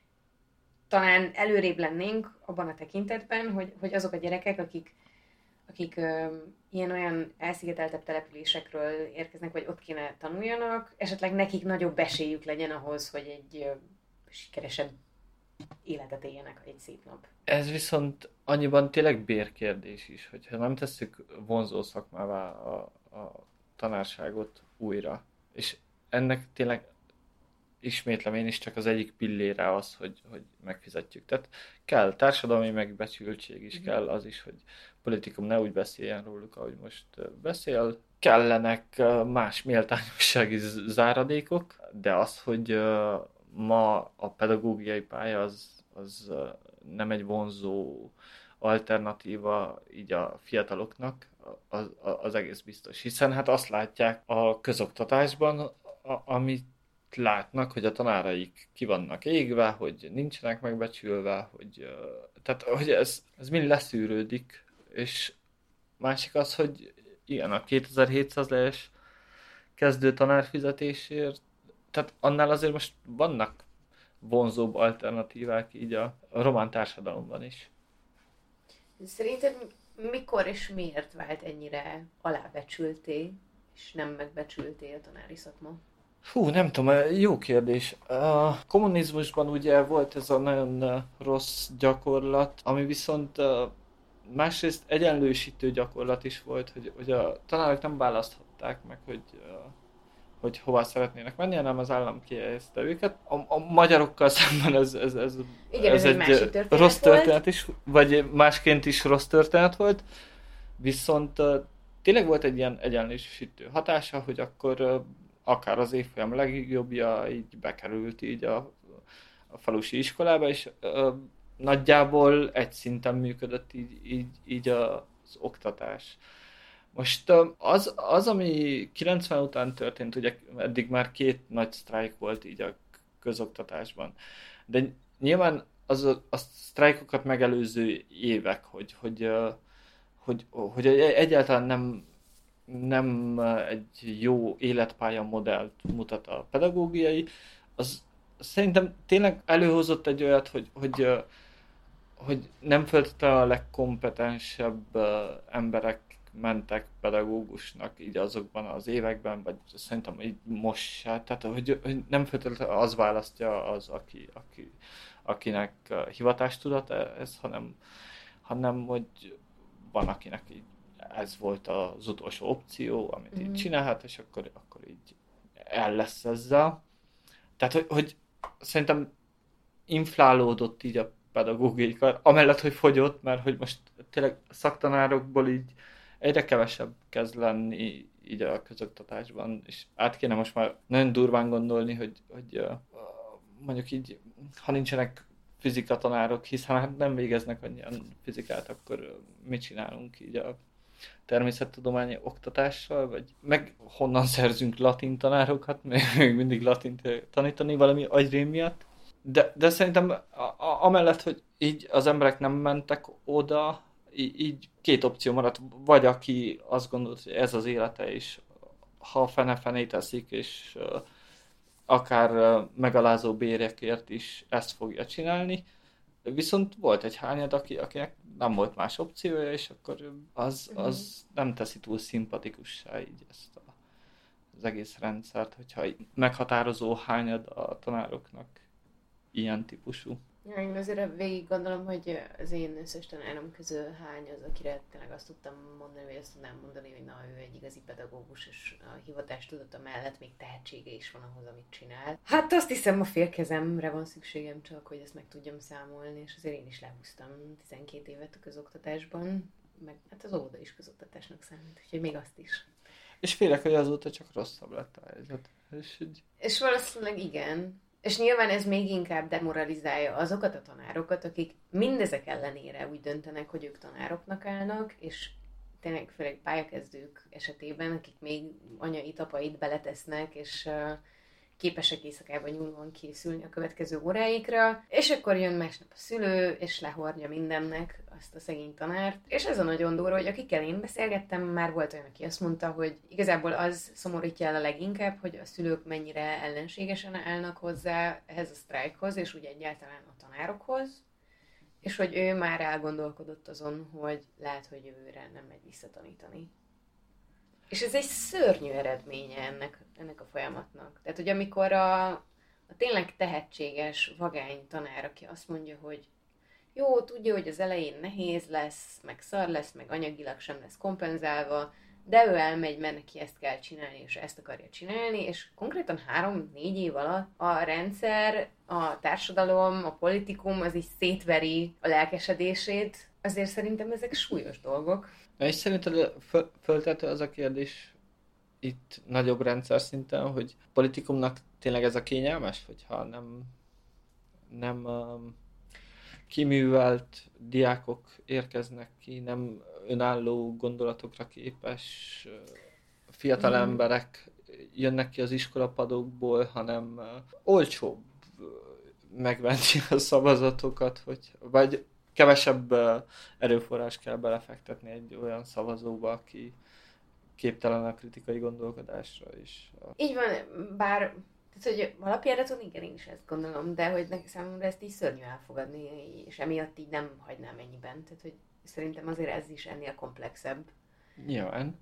talán előrébb lennénk abban a tekintetben, hogy azok a gyerekek, akik ilyen-olyan elszigeteltebb településekről érkeznek, vagy ott kéne tanuljanak, esetleg nekik nagyobb esélyük legyen ahhoz, hogy egy sikeresebb életet éljenek egy szép nap. Ez viszont annyiban tényleg bérkérdés is, hogyha nem tesszük vonzó szakmává a tanárságot újra. És ennek tényleg ismétlem én is csak az egyik pillére az, hogy megfizetjük. Tehát kell társadalmi megbecsültség is, kell az is, hogy politikum ne úgy beszéljen róluk, ahogy most beszél. Kellenek más méltányossági záradékok, de az, hogy ma a pedagógiai pálya az nem egy vonzó alternatíva így a fiataloknak, az egész biztos. Hiszen hát azt látják a közoktatásban, amit látnak, hogy a tanáraik ki vannak égve, hogy nincsenek megbecsülve, tehát hogy ez mind leszűrődik, és másik az, hogy igen, a 2700 lejes kezdő tanárfizetésért, tehát annál azért most vannak vonzóbb alternatívák így a román társadalomban is. Szerinted mikor és miért vált ennyire alábecsülté, és nem megbecsülté a tanári szakma? Hú, nem tudom, jó kérdés. A kommunizmusban ugye volt ez a nagyon rossz gyakorlat, ami viszont másrészt egyenlősítő gyakorlat is volt, hogy a tanárok nem választhatták meg, hogy hova szeretnének menni, hanem az állam kihelyezte őket. A magyarokkal szemben ez egy rossz történet is, vagy másként is rossz történet volt, viszont tényleg volt egy ilyen egyenlősítő hatása, hogy akkor akár az évfolyam legjobbja így bekerült így a falusi iskolába, és nagyjából egy szinten működött így az oktatás. Most az, ami 90 után történt, ugye eddig már 2 nagy sztrájk volt így a közoktatásban, de nyilván a sztrájkokat megelőző évek, hogy egyáltalán nem egy jó életpálya modellt mutat a pedagógiai, az szerintem tényleg előhozott egy olyat, hogy nem feltétlenül a legkompetensebb emberek mentek pedagógusnak így azokban az években, vagy szerintem így most se, tehát hogy nem feltétlenül az választja az, akinek hivatástudata ez, hanem hogy van, akinek így ez volt az utolsó opció, amit így csinálhat, és akkor így el lesz ezzel. Tehát, hogy szerintem inflálódott így a pedagógiai kar, amellett, hogy fogyott, mert hogy most tényleg szaktanárokból így egyre kevesebb kezd lenni így a közoktatásban, és át kéne most már nagyon durván gondolni, hogy mondjuk így, ha nincsenek fizikatanárok, hiszen hát nem végeznek annyian fizikát, akkor mit csinálunk így a természettudományi oktatással, vagy meg honnan szerzünk latin tanárokat, még mindig latint tanítani valami agyrém miatt. De szerintem amellett, hogy így az emberek nem mentek oda, így két opció maradt. Vagy aki azt gondolt, hogy ez az élete is, ha fene-fené teszik, és akár megalázó bérekért is ezt fogja csinálni. Viszont volt egy hányad, akinek nem volt más opciója, és akkor az nem teszi túl szimpatikussá így ezt az egész rendszert, hogyha meghatározó hányad a tanároknak ilyen típusú. Ja, én azért végig gondolom, hogy az én összes tanárom közül hány az, akire tényleg azt tudtam mondani, vagy azt tudnám mondani, hogy na, ő egy igazi pedagógus, és a hivatástudata mellett még tehetsége is van ahhoz, amit csinál. Hát azt hiszem, a félkezemre van szükségem csak, hogy ezt meg tudjam számolni, és azért én is lehúztam 12 évet a közoktatásban, meg hát az óvoda is közoktatásnak számít, úgyhogy még azt is. És félek, hogy azóta csak rosszabb lett a helyzet. És valószínűleg igen. És nyilván ez még inkább demoralizálja azokat a tanárokat, akik mindezek ellenére úgy döntenek, hogy ők tanároknak állnak, és tényleg főleg pályakezdők esetében, akik még anyait, apait beletesznek, és képesek éjszakában nyúlóan készülni a következő óráikra, és akkor jön másnap a szülő, és lehordja mindennek azt a szegény tanárt. És ez a nagyon durva, hogy akikkel én beszélgettem, már volt olyan, aki azt mondta, hogy igazából az szomorítja el a leginkább, hogy a szülők mennyire ellenségesen állnak hozzá ehhez a sztrájkhoz, és úgy egyáltalán a tanárokhoz, és hogy ő már elgondolkodott azon, hogy lehet, hogy jövőre nem megy visszatanítani. És ez egy szörnyű eredménye ennek a folyamatnak. Tehát, hogy amikor a tényleg tehetséges, vagány tanár, aki azt mondja, hogy jó, tudja, hogy az elején nehéz lesz, meg szar lesz, meg anyagilag sem lesz kompenzálva, de ő elmegy, mert neki ezt kell csinálni, és ezt akarja csinálni, és konkrétan 3-4 év alatt a rendszer, a társadalom, a politikum az is szétveri a lelkesedését. Azért szerintem ezek súlyos dolgok. És szerinted föltető az a kérdés itt nagyobb rendszer szinten, hogy politikumnak tényleg ez a kényelmes, hogyha nem kiművelt diákok érkeznek ki, nem önálló gondolatokra képes fiatal emberek jönnek ki az iskolapadokból, hanem olcsóbb megvenni a szavazatokat, vagy kevesebb erőforrás kell belefektetni egy olyan szavazóba, aki képtelen a kritikai gondolkodásra is. Így van, bár tehát, hogy alapjáraton igen, én is ezt gondolom, de hogy számomra ezt így szörnyű elfogadni, és emiatt így nem hagynám ennyiben. Tehát, hogy szerintem azért ez is ennél komplexebb. Nyilván.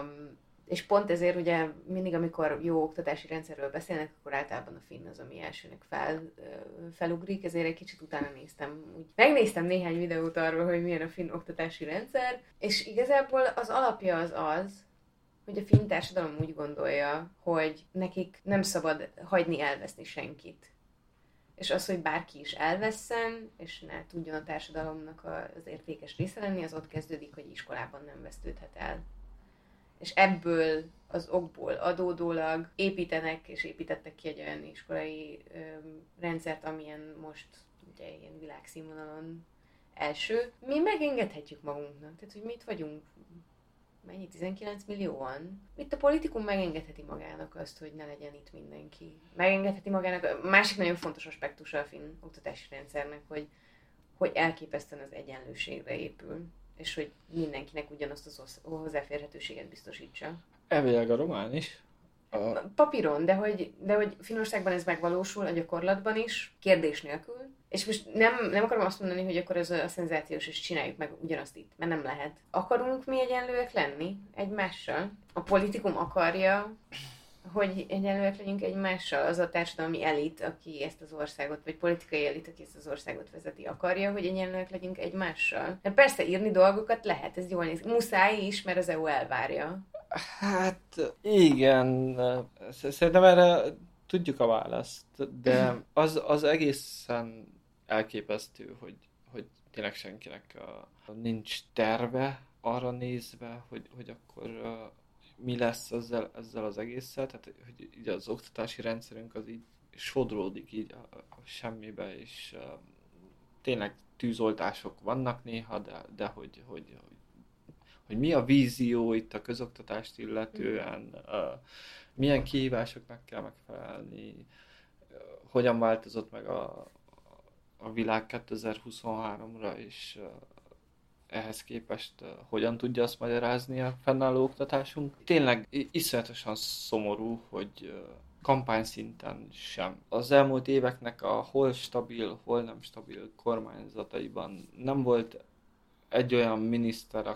És pont ezért ugye mindig, amikor jó oktatási rendszerről beszélnek, akkor általában a finn az, ami elsőnek felugrik, ezért egy kicsit utána néztem. Úgy megnéztem néhány videót arról, hogy milyen a finn oktatási rendszer, és igazából az alapja az, hogy a finn társadalom úgy gondolja, hogy nekik nem szabad hagyni elveszni senkit. És az, hogy bárki is elvesszen, és ne tudjon a társadalomnak az értékes része lenni, az ott kezdődik, hogy iskolában nem vesztődhet el. És ebből az okból adódólag építenek, és építettek ki egy olyan iskolai rendszert, amilyen most ugye ilyen világszínvonalon első. Mi megengedhetjük magunknak, tehát hogy mit vagyunk, mennyi, 19 millióan? Itt a politikum megengedheti magának azt, hogy ne legyen itt mindenki. Megengedheti magának, másik nagyon fontos aspektusa a finn oktatási rendszernek, hogy elképesztően az egyenlőségre épül, és hogy mindenkinek ugyanazt az hozzáférhetőséget biztosítsa. Elvileg a román is. Papíron, de hogy Finnországban ez megvalósul a gyakorlatban is, kérdés nélkül. És most nem akarom azt mondani, hogy akkor ez a szenzációs, és csináljuk meg ugyanazt itt, mert nem lehet. Akarunk mi egyenlőek lenni egymással? A politikum akarja, hogy egyenlőek legyünk egymással, az a társadalmi elit, aki ezt az országot, vagy politikai elit, aki ezt az országot vezeti, akarja, hogy egyenlőek legyünk egymással. De persze írni dolgokat lehet, ez jól néz. Muszáj is, mert az EU elvárja. Hát igen, szerintem erre tudjuk a választ, de az egészen elképesztő, hogy tényleg senkinek nincs terve arra nézve, hogy akkor mi lesz ezzel az egésszel, tehát hogy így az oktatási rendszerünk az így sodródik így a semmibe, és tényleg tűzoltások vannak néha, de hogy mi a vízió itt a közoktatást illetően, milyen kihívásoknak kell megfelelni, hogyan változott meg a világ 2023-ra, és ehhez képest hogyan tudja azt magyarázni a fennálló oktatásunk. Tényleg iszonyatosan szomorú, hogy kampányszinten sem. Az elmúlt éveknek a hol stabil, hol nem stabil kormányzataiban nem volt egy olyan miniszter,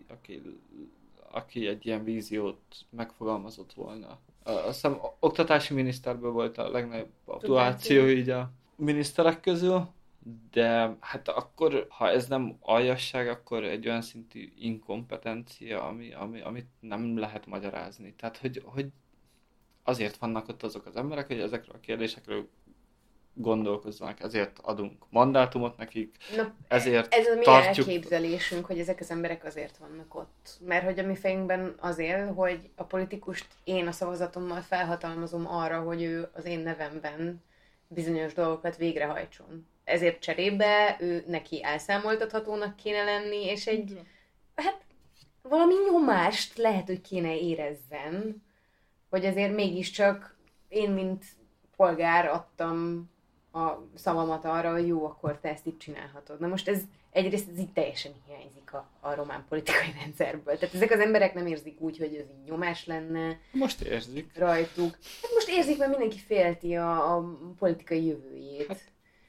aki egy ilyen víziót megfogalmazott volna. Azt hiszem, oktatási miniszterből volt a legnagyobb aktuáció így a miniszterek közül, de hát akkor, ha ez nem aljasság, akkor egy olyan szintű inkompetencia, amit nem lehet magyarázni. Tehát, hogy azért vannak ott azok az emberek, hogy ezekről a kérdésekről gondolkozzanak, ezért adunk mandátumot nekik, ezért ez a mi tartjuk... elképzelésünk, hogy ezek az emberek azért vannak ott. Mert hogy a mi fejünkben az él, hogy a politikust én a szavazatommal felhatalmazom arra, hogy ő az én nevemben bizonyos dolgokat végrehajtson. Ezért cserébe ő neki elszámoltathatónak kéne lenni, és hát valami nyomást lehet, hogy kéne érezzen, hogy azért mégiscsak én, mint polgár adtam a szavamat arra, hogy jó, akkor te ezt így csinálhatod. Na most egyrészt ez így teljesen hiányzik a román politikai rendszerből. Tehát ezek az emberek nem érzik úgy, hogy ez így nyomás lenne. Most érzik. Rajtuk. Hát most érzik, mert mindenki félti a politikai jövőjét. Hát.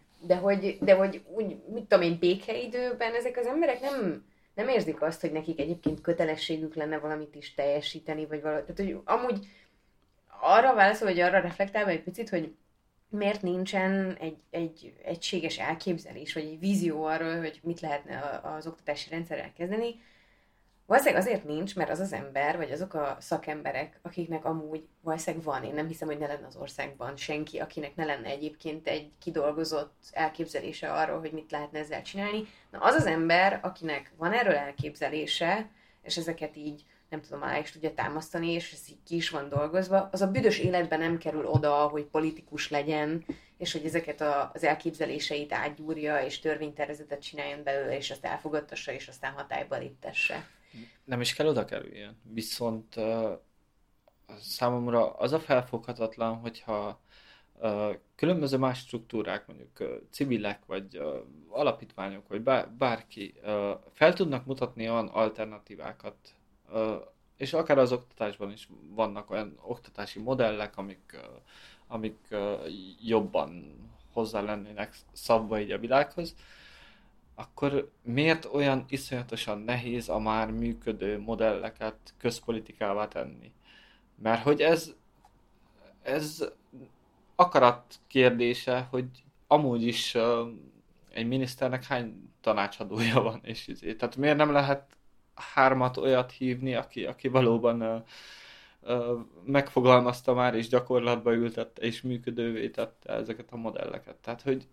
De hogy úgy, mit tudom én, békeidőben ezek az emberek nem érzik azt, hogy nekik egyébként kötelességük lenne valamit is teljesíteni, vagy valami. Tehát, hogy amúgy arra válaszol, vagy arra reflektálva egy picit, hogy miért nincsen egy egységes elképzelés, vagy egy vízió arról, hogy mit lehetne az oktatási rendszerrel kezdeni. Valószínűleg azért nincs, mert az az ember, vagy azok a szakemberek, akiknek amúgy valószínűleg van, én nem hiszem, hogy ne lenne az országban senki, akinek ne lenne egyébként egy kidolgozott elképzelése arról, hogy mit lehetne ezzel csinálni. Na az az ember, akinek van erről elképzelése, és ezeket így nem tudom, alá is tudja támasztani, és ez így ki is van dolgozva, az a büdös életben nem kerül oda, hogy politikus legyen, és hogy ezeket az elképzeléseit átgyúrja, és törvénytervezetet csináljon belőle, és azt elfogadtassa, és aztán hatályba léptesse. Nem is kell oda kerüljön. Viszont számomra az a felfoghatatlan, hogyha különböző más struktúrák, mondjuk civilek, vagy alapítványok, vagy bárki fel tudnak mutatni olyan alternatívának, és akár az oktatásban is vannak olyan oktatási modellek, amik jobban hozzá lennének szabva így a világhoz, akkor miért olyan iszonyatosan nehéz a már működő modelleket közpolitikává tenni? Mert hogy ez akarat kérdése, hogy amúgy is egy miniszternek hány tanácsadója van, és tehát miért nem lehet 3 olyat hívni, aki valóban megfogalmazta már, és gyakorlatba ültette, és működővé tette ezeket a modelleket. Tehát, hogy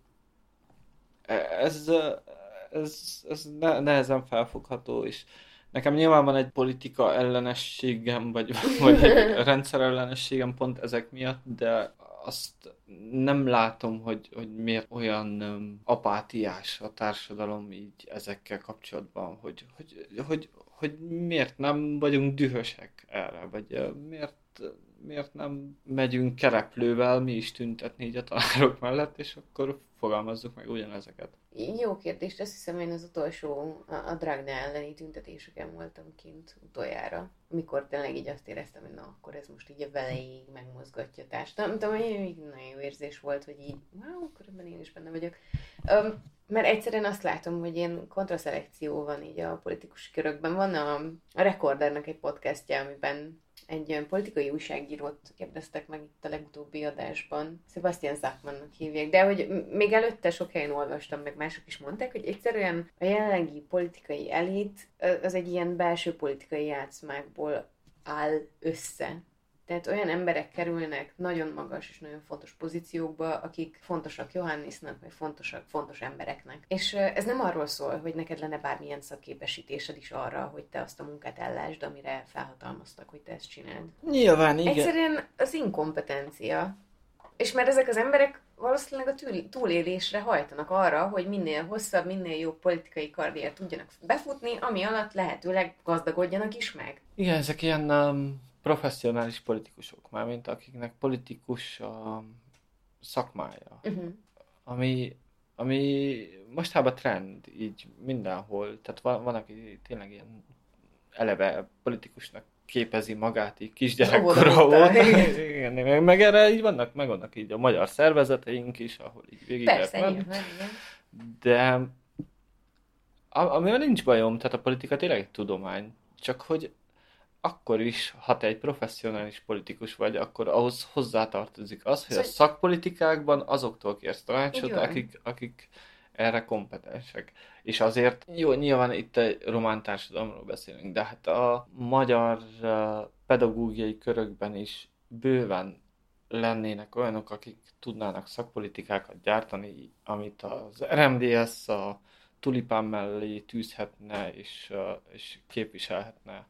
ez nehezen felfogható, és nekem nyilván van egy politika ellenességem, vagy egy rendszer ellenességem pont ezek miatt, de azt nem látom, hogy miért olyan apátiás a társadalom így ezekkel kapcsolatban, hogy miért nem vagyunk dühösek erre, vagy miért nem megyünk kereplővel mi is tüntetni így a tanárok mellett, és akkor fogalmazzuk meg ugyanezeket. Jó kérdés, azt hiszem én az utolsó, a Dragne elleni tüntetéseken voltam kint utoljára, amikor tényleg így azt éreztem, hogy na, akkor ez most így a velejéig megmozgatja a társadalmat. Nem tudom, hogy nagyon jó érzés volt, hogy így, wow, akkor ebben én is benne vagyok. Mert egyszerűen azt látom, hogy ilyen kontraszelekció van így a politikus körökben. Van a Recordernek egy podcastja, amiben egy olyan politikai újságírót kérdeztek meg itt a legutóbbi adásban. Sebastian Zachmannak hívják, de hogy még előtte sok helyen olvastam, meg mások is mondták, hogy egyszerűen a jelenlegi politikai elit az egy ilyen belső politikai játszmákból áll össze. Tehát olyan emberek kerülnek nagyon magas és nagyon fontos pozíciókba, akik fontosak Johannisnak, vagy fontos embereknek. És ez nem arról szól, hogy neked lenne bármilyen szakképesítésed is arra, hogy te azt a munkát ellásd, amire felhatalmaztak, hogy te ezt csináld. Nyilván, igen. Egyszerűen az inkompetencia. És mert ezek az emberek valószínűleg a túlélésre hajtanak arra, hogy minél hosszabb, minél jobb politikai karriert tudjanak befutni, ami alatt lehetőleg gazdagodjanak is meg. Igen, ezek ilyen professzionális politikusok már, mint akiknek politikus a szakmája. Ami mostában trend, így mindenhol. Tehát van aki tényleg ilyen eleve politikusnak képezi magát, így kisgyerekkora óta. Igen, meg erre így vannak így a magyar szervezeteink is, ahol így végig persze, lehet menni. De amivel nincs bajom, tehát a politika tényleg egy tudomány, csak hogy akkor is, ha te egy professzionális politikus vagy, akkor ahhoz hozzátartozik az, hogy a szakpolitikákban azoktól kérsz tanácsot, akik erre kompetensek. És azért, jó, nyilván itt egy román társadalomról beszélünk, de hát a magyar pedagógiai körökben is bőven lennének olyanok, akik tudnának szakpolitikákat gyártani, amit az RMDSZ a tulipán mellé tűzhetne és képviselhetne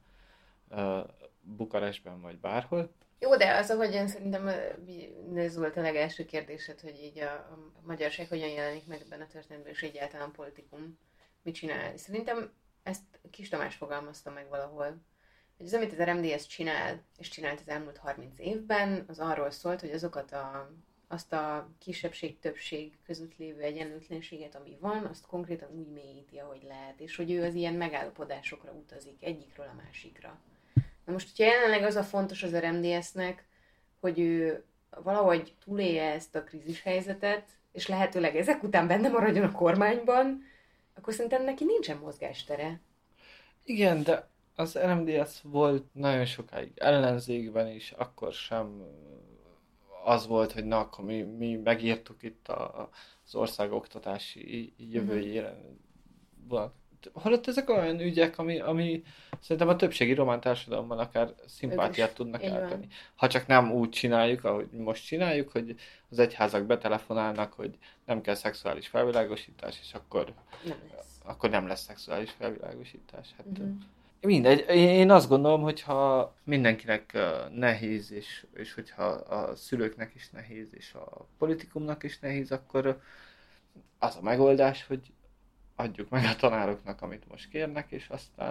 Bukarestben vagy bárhol. Jó, de az, ahogyan szerintem ez volt a legelső kérdésed, hogy így a magyarság hogyan jelenik meg ebben a történetben, és egyáltalán politikum mit csinál. Szerintem ezt Kis Tamás fogalmazta meg valahol, hogy az, amit az RMDSZ csinál, és csinált az elmúlt 30 évben, az arról szólt, hogy azt a kisebbség-többség között lévő egyenlőtlenséget, ami van, azt konkrétan úgy mélyíti, ahogy lehet, és hogy ő az ilyen megállapodásokra utazik egyikről a másikra. Na most, hogyha jelenleg az a fontos az RMDSZ-nek, hogy ő valahogy túlélje ezt a krízishelyzetet, és lehetőleg ezek után benne maradjon a kormányban, akkor szerintem neki nincsen mozgástere. Igen, de az RMDSZ volt nagyon sokáig ellenzékben is, akkor sem az volt, hogy na, akkor mi megírtuk itt az ország oktatási jövőjére. Holott ezek olyan ügyek, ami szerintem a többségi román társadalomban akár szimpátiát tudnak elteni. Ha csak nem úgy csináljuk, ahogy most csináljuk, hogy az egyházak betelefonálnak, hogy nem kell szexuális felvilágosítás, és akkor nem lesz szexuális felvilágosítás. Hát, mindegy. Én azt gondolom, hogyha mindenkinek nehéz, és hogyha a szülőknek is nehéz, és a politikumnak is nehéz, akkor az a megoldás, hogy adjuk meg a tanároknak, amit most kérnek, és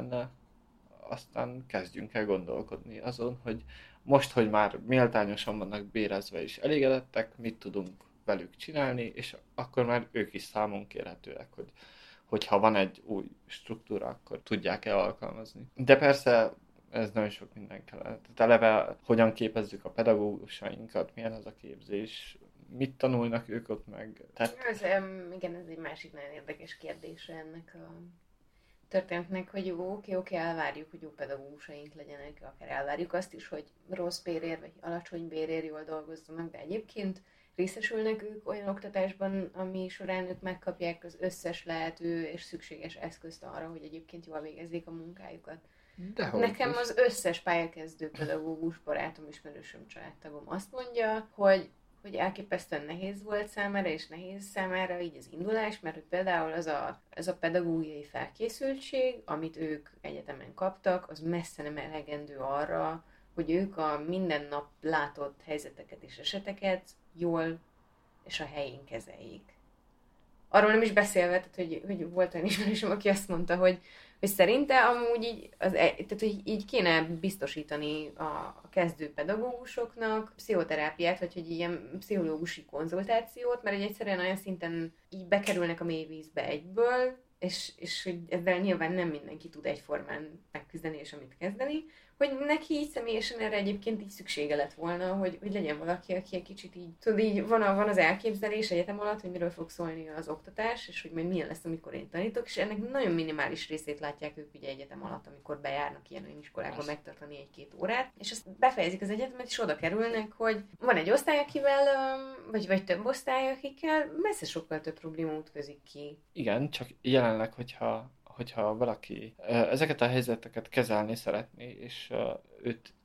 aztán kezdjünk el gondolkodni azon, hogy most, hogy már méltányosan vannak bérezve és elégedettek, mit tudunk velük csinálni, és akkor már ők is számon kérhetőek, hogyha van egy új struktúra, akkor tudják-e alkalmazni. De persze ez nagyon sok minden kell. Tehát eleve hogyan képezzük a pedagógusainkat, milyen az a képzés, mit tanulnak ők ott meg. Tehát... Igen, ez egy másik nagyon érdekes kérdése ennek a történetnek, hogy jó, oké, elvárjuk, hogy jó pedagógusaink legyenek, akár elvárjuk azt is, hogy rossz bérért vagy alacsony bérért jól dolgozzanak, de egyébként részesülnek ők olyan oktatásban, ami során ők megkapják az összes lehető és szükséges eszközt arra, hogy egyébként jól végezzék a munkájukat. Nekem az összes pályakezdő pedagógus barátom, ismerősöm, családtagom azt mondja, hogy elképesztően nehéz volt számára, és nehéz számára így az indulás, mert hogy például az a pedagógiai felkészültség, amit ők egyetemen kaptak, az messze nem elegendő arra, hogy ők a minden nap látott helyzeteket és eseteket jól és a helyén kezeljék. Arról nem is beszélve, tehát, hogy volt olyan ismerősöm, aki azt mondta, hogy szerinte amúgy így, tehát, hogy így kéne biztosítani a kezdő pedagógusoknak pszichoterápiát, vagy hogy ilyen pszichológusi konzultációt, mert egyszerűen olyan szinten így bekerülnek a mélyvízbe egyből, és hogy ezzel nyilván nem mindenki tud egyformán megküzdeni és amit kezdeni, hogy neki így személyesen erre egyébként így szüksége lett volna, hogy legyen valaki, aki egy kicsit így, tudod, így van az elképzelés egyetem alatt, hogy miről fog szólni az oktatás, és hogy majd milyen lesz, amikor én tanítok, és ennek nagyon minimális részét látják ők ugye egyetem alatt, amikor bejárnak ilyen iskolákba megtartani egy-két órát, és azt befejezik az egyetemet, és oda kerülnek, hogy van egy osztály, akivel, vagy több osztály, akikkel messze sokkal több probléma ütközik ki. Igen, csak jelenleg, hogyha valaki ezeket a helyzeteket kezelni szeretné, és őt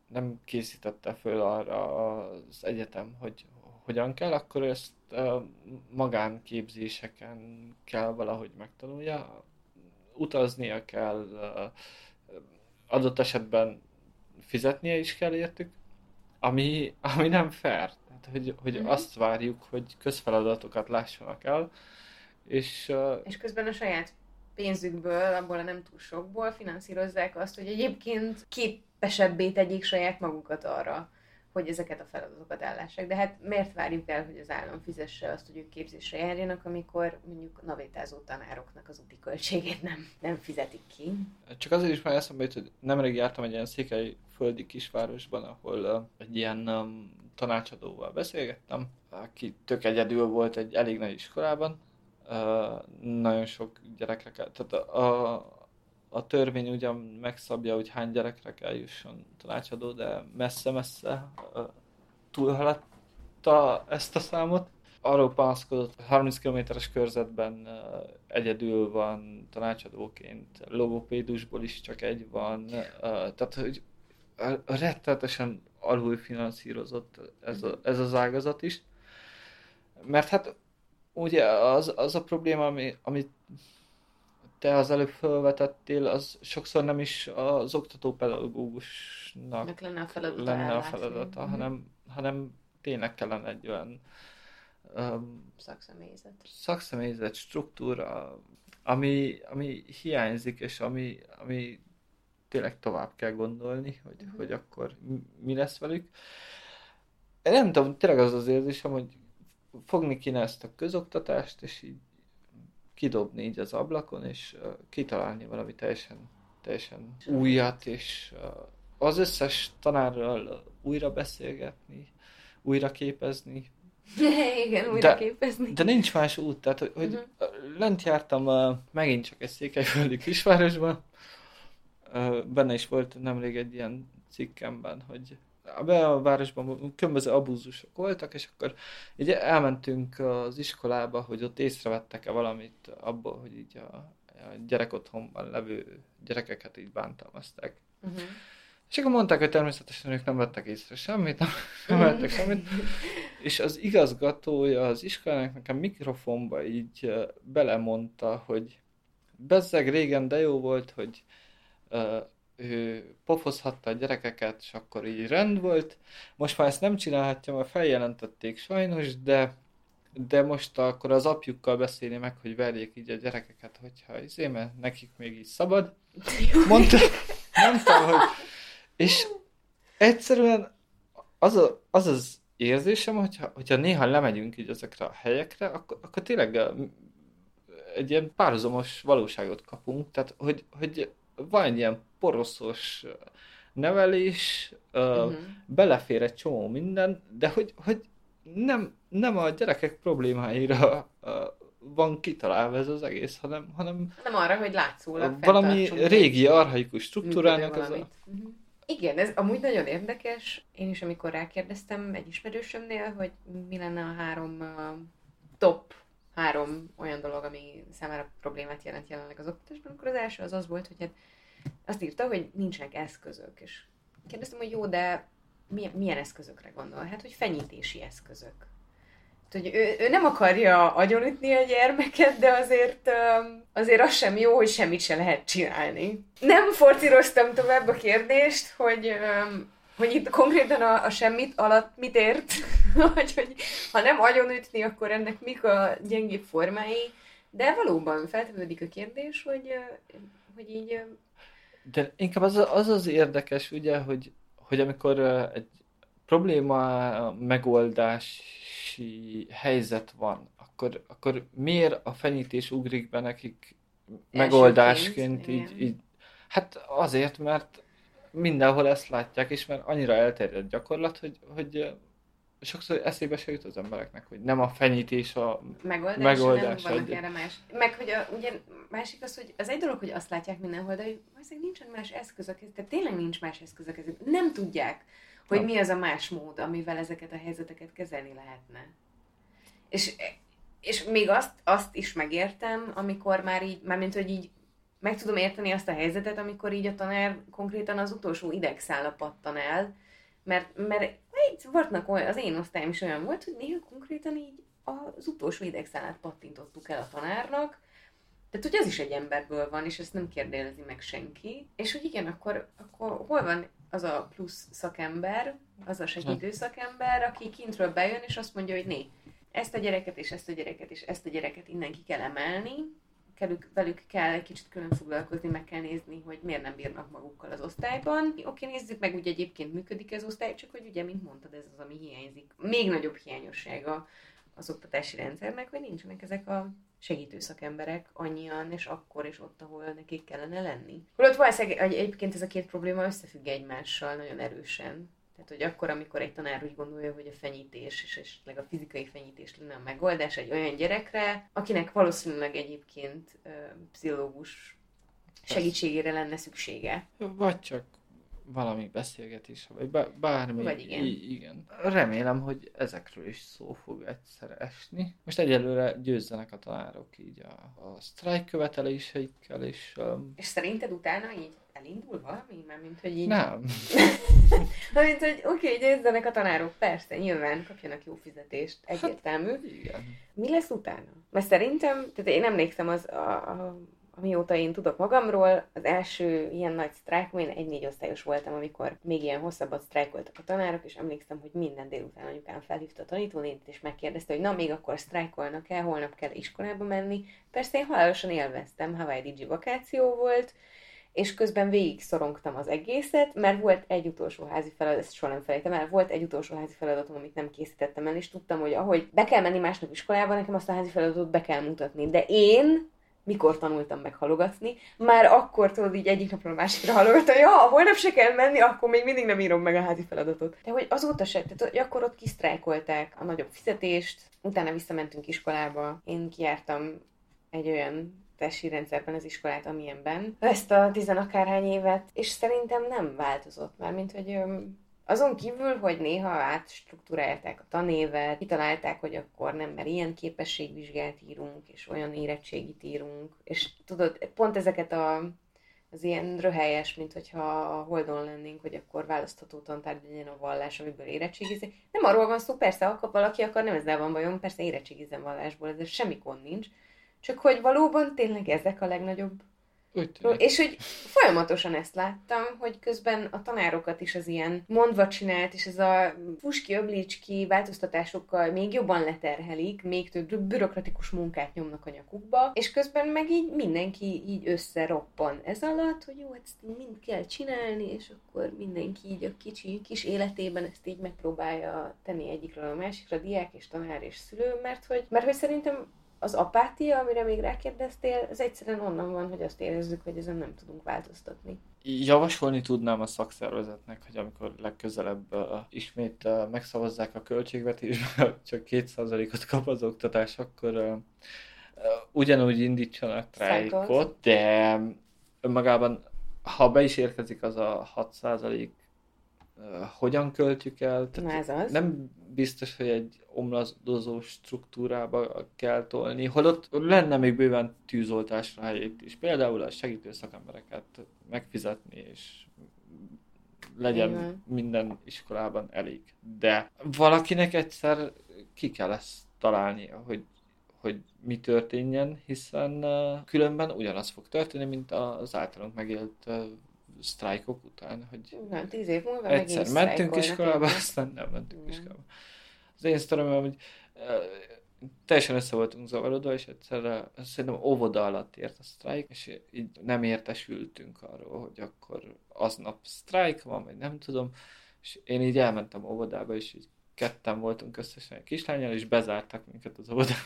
nem készítette föl arra az egyetem, hogy hogyan kell, akkor ezt magánképzéseken kell valahogy megtanulja. Utaznia kell, adott esetben fizetnie is kell értük, ami nem fair. Tehát, hogy azt várjuk, hogy közfeladatokat lássanak el, és És közben a saját pénzükből, abból a nem túl sokból finanszírozzák azt, hogy egyébként képesebbé tegyék saját magukat arra, hogy ezeket a feladatokat ellássák. De hát miért várjuk el, hogy az állam fizesse azt, hogy ők képzésre járjanak, amikor mondjuk navétázó tanároknak az úti költségét nem fizetik ki? csak azért is már eszembe jut, hogy nemrég jártam egy ilyen székelyföldi kisvárosban, ahol egy ilyen tanácsadóval beszélgettem, aki tök egyedül volt egy elég nagy iskolában, nagyon sok gyerekre kell, tehát a törvény ugyan megszabja, hogy hány gyerekre kell jusson tanácsadó, de messze-messze túlhaladta ezt a számot. Arról panaszkodott, hogy 30 km-es körzetben egyedül van tanácsadóként, logopédusból is csak egy van, tehát hogy rettenetesen alulfinanszírozott ez az ágazat is. Mert hát ugye az a probléma, amit te az előbb felvetettél, az sokszor nem is az oktatópedagógusnak lenne a feladata, hanem tényleg kellene egy olyan szakszemélyzet struktúra, ami hiányzik, és ami tényleg tovább kell gondolni, hogy akkor mi lesz velük. Én nem tudom, tényleg az érzésem, hogy fogni kéne ezt a közoktatást, és így kidobni így az ablakon, és kitalálni valami teljesen újat, és az összes tanárral újra beszélgetni, újra képezni. Igen, újra képezni. De nincs más út, tehát hogy lent jártam megint csak egy székelyföldi kisvárosban, benne is volt nemrég egy ilyen cikkemben, hogy a városban különböző abúzusok voltak, és akkor így elmentünk az iskolába, hogy ott észrevettek-e valamit abból, hogy így a gyerekotthonban levő gyerekeket így bántalmazták. És akkor mondták, hogy természetesen ők nem vettek észre semmit, nem vettek semmit, és az igazgatója az iskolának nekem mikrofonba így belemondta, hogy bezzeg régen de jó volt, hogy ő pofozhatta a gyerekeket, és akkor így rend volt. Most már ezt nem csinálhatja, mert feljelentették sajnos, de most akkor az apjukkal beszélni meg, hogy verjék így a gyerekeket, hogyha mert nekik még így szabad. Mondtam, hogy... És egyszerűen az érzésem, hogyha néha lemegyünk így ezekre a helyekre, akkor tényleg egy ilyen párhuzamos valóságot kapunk, tehát hogy van egy ilyen poroszos nevelés, belefér egy csomó minden, de hogy nem a gyerekek problémáira van kitalálva ez az egész, hanem nem arra, hogy látszólag valami régi, archaikus struktúrának az a... Igen, ez amúgy nagyon érdekes. Én is, amikor rákérdeztem egy ismerősömnél, hogy mi lenne a top 3 olyan dolog, ami számára problémát jelent jelenleg az oktatásban, akkor az első az volt, hogy hát azt írta, hogy nincsenek eszközök. És kérdeztem, hogy jó, de milyen eszközökre gondol? Hát, hogy fenyítési eszközök. Hát, hogy ő nem akarja agyonütni a gyermeket, de azért az sem jó, hogy semmit se lehet csinálni. Nem forcíroztam tovább a kérdést, hogy itt konkrétan a semmit alatt mit ért, hogy ha nem agyonütni, akkor ennek mik a gyengébb formái, de valóban feltevődik a kérdés, hogy így... De inkább az érdekes, ugye, hogy amikor egy probléma megoldási helyzet van, akkor miért a fenyítés ugrik be nekik megoldásként így? Hát azért, mert mindenhol ezt látják, és mert annyira elterjedt gyakorlat, hogy sokszor eszébe se jut az embereknek, hogy nem a fenyítés a megoldás. Nem vannak erre más. Meg hogy ugye másik az, hogy az egy dolog, hogy azt látják mindenhol, de hogy nincsen más eszközök, tehát tényleg nincs más eszközök, nem tudják, hogy mi az a más mód, amivel ezeket a helyzeteket kezelni lehetne. És még azt is megértem, amikor már így, mármint hogy így meg tudom érteni azt a helyzetet, amikor így a tanár konkrétan az utolsó idegszála pattan el, mert voltnak olyan, az én osztályom is olyan volt, hogy néha konkrétan így az utolsó idegszálát pattintottuk el a tanárnak, tehát, hogy az is egy emberből van, és ezt nem kérdezi meg senki. És hogy igen, akkor hol van az a plusz szakember, az a segítő szakember, aki kintről bejön, és azt mondja, hogy né, ezt a gyereket, és ezt a gyereket, és ezt a gyereket innen ki kell emelni, velük kell egy kicsit külön foglalkozni, meg kell nézni, hogy miért nem bírnak magukkal az osztályban. Oké, nézzük meg, ugye egyébként működik ez osztály, csak hogy ugye, mint mondtad, ez az, ami hiányzik. Még nagyobb hiányossága az oktatási rendszernek, hogy nincsenek ezek a segítő szakemberek annyian, és akkor és ott, ahol nekik kellene lenni. Holott valószínűleg egyébként ez a két probléma összefügg egymással nagyon erősen. Tehát, hogy akkor, amikor egy tanár úgy gondolja, hogy a fenyítés, és esetleg a fizikai fenyítés lenne a megoldás egy olyan gyerekre, akinek valószínűleg egyébként pszichológus segítségére lenne szüksége. Vagy csak valami beszélgetés, vagy bármi. Vagy igen. Igen. Remélem, hogy ezekről is szó fog egyszer esni. Most egyelőre győzzenek a tanárok így a sztrájk követeléseikkel, és... És szerinted utána így elindul valami? Mármint, hogy így... Nem. Mármint, hogy oké, győzzenek a tanárok, persze, nyilván kapjanak jó fizetést, egyértelmű. Hát, igen. Mi lesz utána? Mert szerintem, tehát én emlékszem amióta én tudok magamról, az első ilyen nagy sztrájk, én 1-4 osztályos voltam, amikor még ilyen hosszabbat sztrájkoltak a tanárok, és emlékszem, hogy minden délután anyukám felhívta a tanítónénit, és megkérdezte, hogy na, még akkor sztrájkolnak-e, holnap kell iskolába menni. Persze én halálosan élveztem, Hawaii Digi vakáció volt, és közben végig szorongtam az egészet, mert volt egy utolsó házi feladat, ezt soha nem felejtem el, volt egy utolsó házi feladatom, amit nem készítettem el, és tudtam, hogy ahogy be kell menni másnap iskolába, nekem azt a házi feladatot be kell mutatni. De én mikor tanultam meg halogatni, már akkor tudod így egyik napról a másikra halogatni, hogy ha holnap se kell menni, akkor még mindig nem írom meg a házi feladatot. De hogy azóta se, tehát hogy akkor ott kisztrájkolták a nagyobb fizetést, utána visszamentünk iskolába, én kijártam egy olyan oktatási rendszerben az iskolát, amilyenben ezt a 10 akárhány évet, és szerintem nem változott már, mint hogy azon kívül, hogy néha átstruktúrálták a tanévet, kitalálták, hogy akkor nem, mert ilyen képességvizsgát írunk, és olyan érettségit írunk, és tudod, pont ezeket az ilyen röhelyes, mint hogyha a Holdon lennénk, hogy akkor választható tantárgy legyen a vallás, amiből érettségizni. Nem arról van szó, persze, ha valaki akar, nem ezzel van bajom, persze érettségizzen vallásból, ez semmi gond nincs. Csak hogy valóban tényleg ezek a legnagyobb. És hogy folyamatosan ezt láttam, hogy közben a tanárokat is az ilyen mondva csinált, és ez a fuski, öblícski változtatásokkal még jobban leterhelik, még több bürokratikus munkát nyomnak a nyakukba, és közben meg így mindenki így összeroppan ez alatt, hogy jó, ezt így mind kell csinálni, és akkor mindenki így a kis életében ezt így megpróbálja tenni egyikről a másikra, diák és tanár és szülő, mert hogy szerintem az apátia, amire még rákérdeztél, ez egyszerűen onnan van, hogy azt érezzük, hogy ezen nem tudunk változtatni. Javasolni tudnám a szakszervezetnek, hogy amikor legközelebb ismét megszavazzák a költségvetésbe, csak 2%-ot kap az oktatás, akkor ugyanúgy indítsanak sztrájkot, de önmagában, ha be is érkezik az a 6%, hogyan költjük el? Tehát nem biztos, hogy egy omladozó struktúrába kell tolni, holott lenne még bőven tűzoltásra helyét is. Például a segítő szakembereket megfizetni, és legyen minden iskolában elég. De valakinek egyszer ki kell ezt találnia, hogy mi történjen, hiszen különben ugyanaz fog történni, mint az általunk megélt sztrájkok után, hogy 10 év múlva egyszer mentünk iskolába, aztán nem mentünk iskolába. Az én sztorom, hogy teljesen össze voltunk zavarodva, és egyszerre szerintem óvoda alatt ért a sztrájk, és így nem értesültünk arról, hogy akkor aznap sztrájk van, vagy nem tudom, és én így elmentem óvodába, és így ketten voltunk összesen egy kislánnyal, és bezártak minket az óvodába.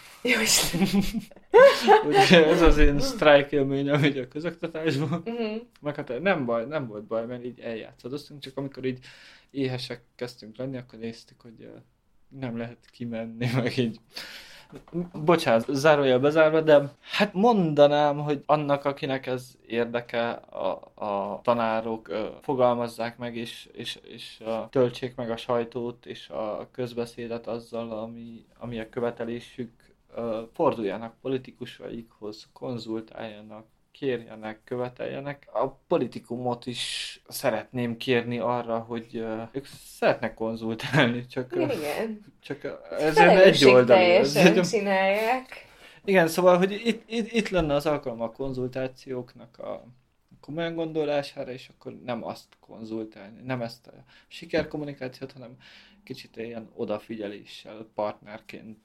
Úgyhogy ez az én sztrájk élményem így a közoktatásban. Nem volt baj, mert így eljátszadoztunk, csak amikor így éhesek kezdtünk lenni, akkor néztük, hogy nem lehet kimenni, meg így. Bocsánat, zárójel bezárva, de hát mondanám, hogy annak, akinek ez érdeke, a tanárok fogalmazzák meg, és töltsék meg a sajtót, és a közbeszédet azzal, ami a követelésük, forduljanak politikusaikhoz, konzultáljanak, kérjenek, követeljenek. A politikumot is szeretném kérni arra, hogy ők szeretnek konzultálni, Igen. csak ez egy oldalú. Teljesen csinálják. Igen, szóval, hogy itt lenne az alkalom a konzultációknak a komolyan gondolására, és akkor nem azt konzultálni, nem ezt a sikerkommunikációt, hanem kicsit ilyen odafigyeléssel, partnerként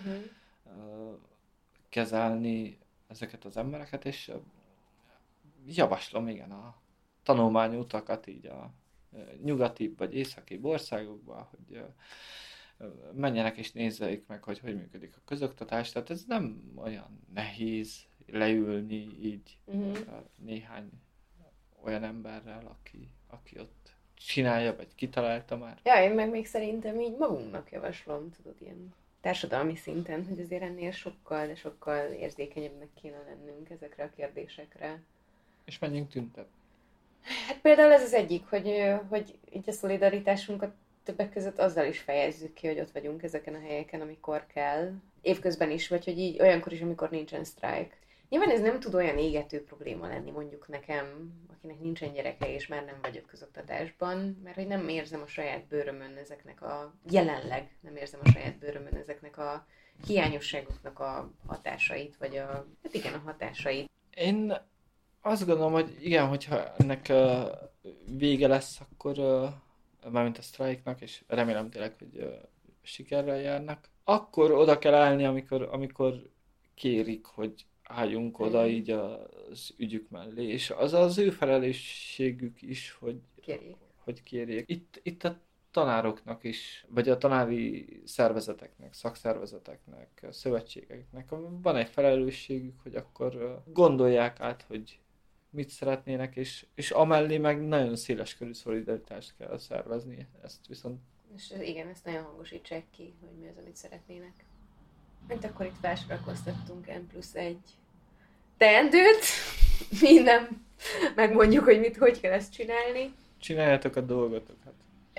kezelni ezeket az embereket, és javaslom, igen, a tanulmányutakat így a nyugati vagy északi országokba, hogy menjenek és nézzék meg, hogy működik a közoktatás. Tehát ez nem olyan nehéz leülni így néhány olyan emberrel, aki ott csinálja, vagy kitalálta már. Ja, én meg még szerintem így magunknak javaslom, tudod, ilyen társadalmi szinten, hogy azért ennél sokkal, de sokkal érzékenyebbnek kéne lennünk ezekre a kérdésekre. És menjünk tüntetni. Hát például ez az egyik, hogy így a szolidaritásunkat többek között azzal is fejezzük ki, hogy ott vagyunk ezeken a helyeken, amikor kell. Évközben is, vagy hogy így olyankor is, amikor nincsen sztrájk. Nyilván ez nem tud olyan égető probléma lenni mondjuk nekem, akinek nincsen gyereke és már nem vagyok közoktatásban, mert hogy nem érzem a saját bőrömön ezeknek jelenleg nem érzem a saját bőrömön ezeknek a hiányosságoknak a hatásait, vagy hát igen, a hatásait. Én azt gondolom, hogy igen, hogyha ennek vége lesz, akkor mármint a sztrájknak, és remélem tényleg, hogy sikerrel járnak, akkor oda kell állni, amikor kérik, hogy álljunk oda így az ügyük mellé, és az az ő felelősségük is, hogy kérjék. Itt a tanároknak is, vagy a tanári szervezeteknek, szakszervezeteknek, szövetségeknek van egy felelősségük, hogy akkor gondolják át, hogy mit szeretnének, és amellé meg nagyon széles körű szolidaritást kell szervezni. Ezt viszont... És igen, ezt nagyon hangosítsák ki, hogy mi az, amit szeretnének. Mint akkor itt felsorakoztattunk N+1 teendőt, mi nem megmondjuk, hogy hogy kell ezt csinálni. Csináljátok a dolgotokat.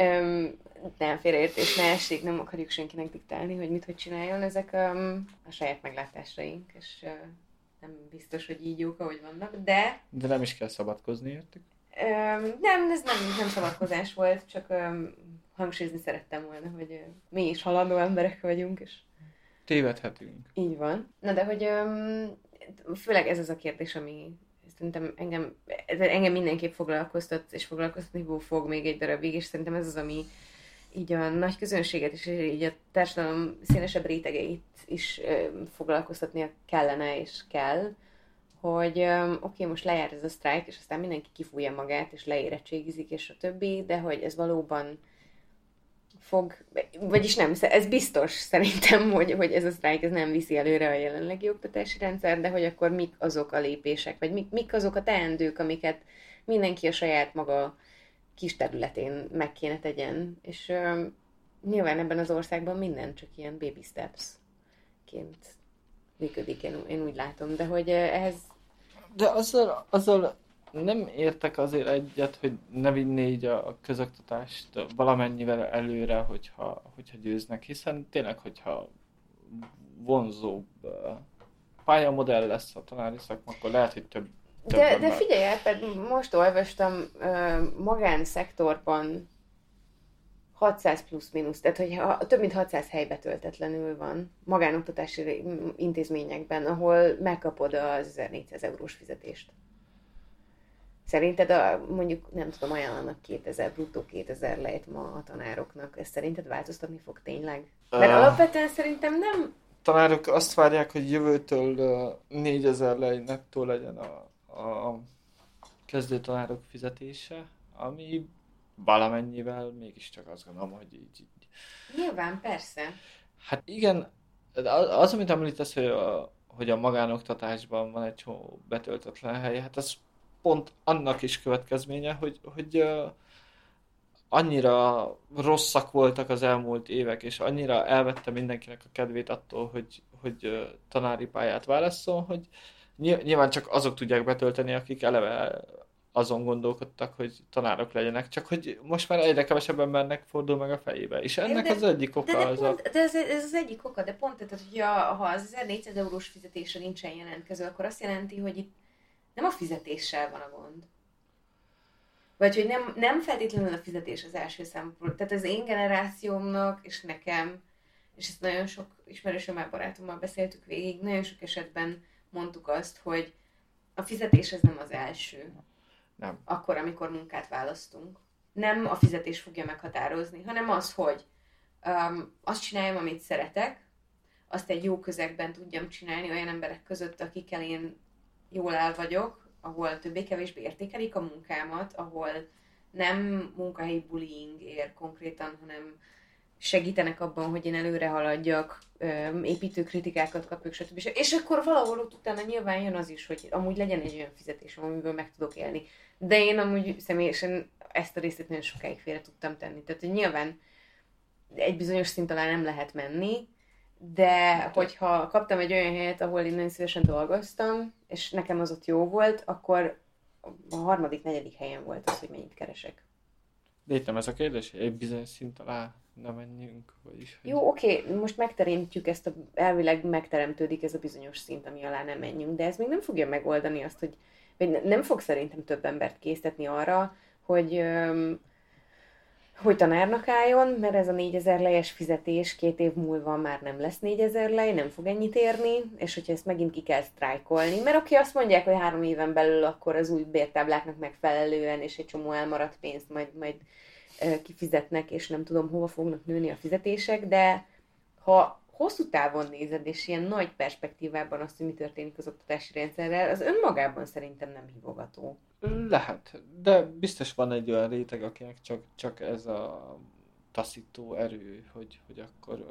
Nem félreértés, ne essék, nem akarjuk senkinek diktálni, hogy hogy csináljon. Ezek a saját meglátásaink, és nem biztos, hogy így jók, ahogy vannak, de... De nem is kell szabadkozni, értük? Nem, ez nem szabadkozás volt, csak hangsúlyozni szerettem volna, hogy mi is halandó emberek vagyunk, és... Tévedhetünk. Így van. Na de hogy főleg ez az a kérdés, ami szerintem engem mindenképp foglalkoztat, és foglalkoztatni fog még egy darabig, és szerintem ez az, ami így a nagy közönséget és így a társadalom szélesebb rétegeit is foglalkoztatnia kellene és kell, hogy oké, most lejár ez a sztrájk, és aztán mindenki kifújja magát, és leérettségizik, és a többi, de hogy ez valóban vagyis nem, ez biztos szerintem, hogy ez a sztrájk ez nem viszi előre a jelenlegi oktatási rendszer, de hogy akkor mik azok a lépések, vagy mik azok a teendők, amiket mindenki a saját maga kis területén meg kéne tegyen. És nyilván ebben az országban minden csak ilyen baby steps-ként működik, én úgy látom, de hogy ehhez... De azzal nem értek azért egyet, hogy ne vinné így a közoktatást valamennyivel előre, hogyha győznek, hiszen tényleg, hogyha vonzóbb pályamodell lesz a tanári szakma, akkor lehet, hogy több de figyelj el, most olvastam magánszektorban 600 plusz-minusz, tehát hogy több mint 600 hely betöltetlenül van magánoktatási intézményekben, ahol megkapod az 1400 eurós fizetést. Szerinted mondjuk, nem tudom, ajánlanak 2000, bruttó 2000 lejt ma a tanároknak. Ez szerinted változtatni fog tényleg? Mert alapvetően szerintem nem... Tanárok azt várják, hogy jövőtől 4000 lej nettó legyen a kezdő tanárok fizetése, ami valamennyivel mégiscsak azt gondolom, hogy így. Nyilván, persze. Hát igen, az, amit említesz, hogy a magánoktatásban van egy csomó betöltetlen hely, hát az pont annak is következménye, hogy annyira rosszak voltak az elmúlt évek, és annyira elvette mindenkinek a kedvét attól, hogy tanári pályát válasszon, hogy nyilván csak azok tudják betölteni, akik eleve azon gondolkodtak, hogy tanárok legyenek, csak hogy most már egyre kevesebb embernek fordul meg a fejébe. És ennek az egyik oka de ez az egyik oka, de pont, tehát, hogy ha az 1400 eurós fizetésre nincsen jelentkező, akkor azt jelenti, hogy itt nem a fizetéssel van a gond. Vagy hogy nem feltétlenül a fizetés az első szempont. Tehát az én generációmnak, és nekem, és ezt nagyon sok ismerősömmel, barátommal beszéltük végig, nagyon sok esetben mondtuk azt, hogy a fizetés ez nem az első. Nem. Akkor, amikor munkát választunk. Nem a fizetés fogja meghatározni, hanem az, hogy azt csináljam, amit szeretek, azt egy jó közegben tudjam csinálni olyan emberek között, akikkel én jól el vagyok, ahol többé-kevésbé értékelik a munkámat, ahol nem munkahelyi bullying ér konkrétan, hanem segítenek abban, hogy én előre haladjak, építő kritikákat kapjuk, stb. És akkor valahol ott utána nyilván jön az is, hogy amúgy legyen egy olyan fizetésem, amiből meg tudok élni. De én amúgy személyesen ezt a részét nagyon sokáig félre tudtam tenni. Tehát, hogy nyilván egy bizonyos szint alá nem lehet menni, de hogyha kaptam egy olyan helyet, ahol én nagyon szívesen dolgoztam, és nekem az ott jó volt, akkor a harmadik, negyedik helyen volt az, hogy mennyit keresek. De itt nem ez a kérdés, hogy egy bizonyos szint alá nem menjünk, vagyis... Hogy... Jó, oké, most megteremtjük ezt, elvileg megteremtődik ez a bizonyos szint, ami alá nem menjünk, de ez még nem fogja megoldani azt, hogy vagy nem fog szerintem több embert késztetni arra, hogy tanárnak álljon, mert ez a 4000 lejes fizetés 2 év múlva már nem lesz 4000 lej, nem fog ennyit érni, és hogyha ezt megint ki kell sztrájkolni, mert aki azt mondják, hogy 3 éven belül akkor az új bértábláknak megfelelően, és egy csomó elmaradt pénzt majd kifizetnek, és nem tudom, hova fognak nőni a fizetések, de ha hosszú távon nézed, és ilyen nagy perspektívában azt, hogy mi történik az oktatási rendszerrel, az önmagában szerintem nem hívogató. Lehet, de biztos van egy olyan réteg, akinek csak ez a taszító erő, hogy akkor...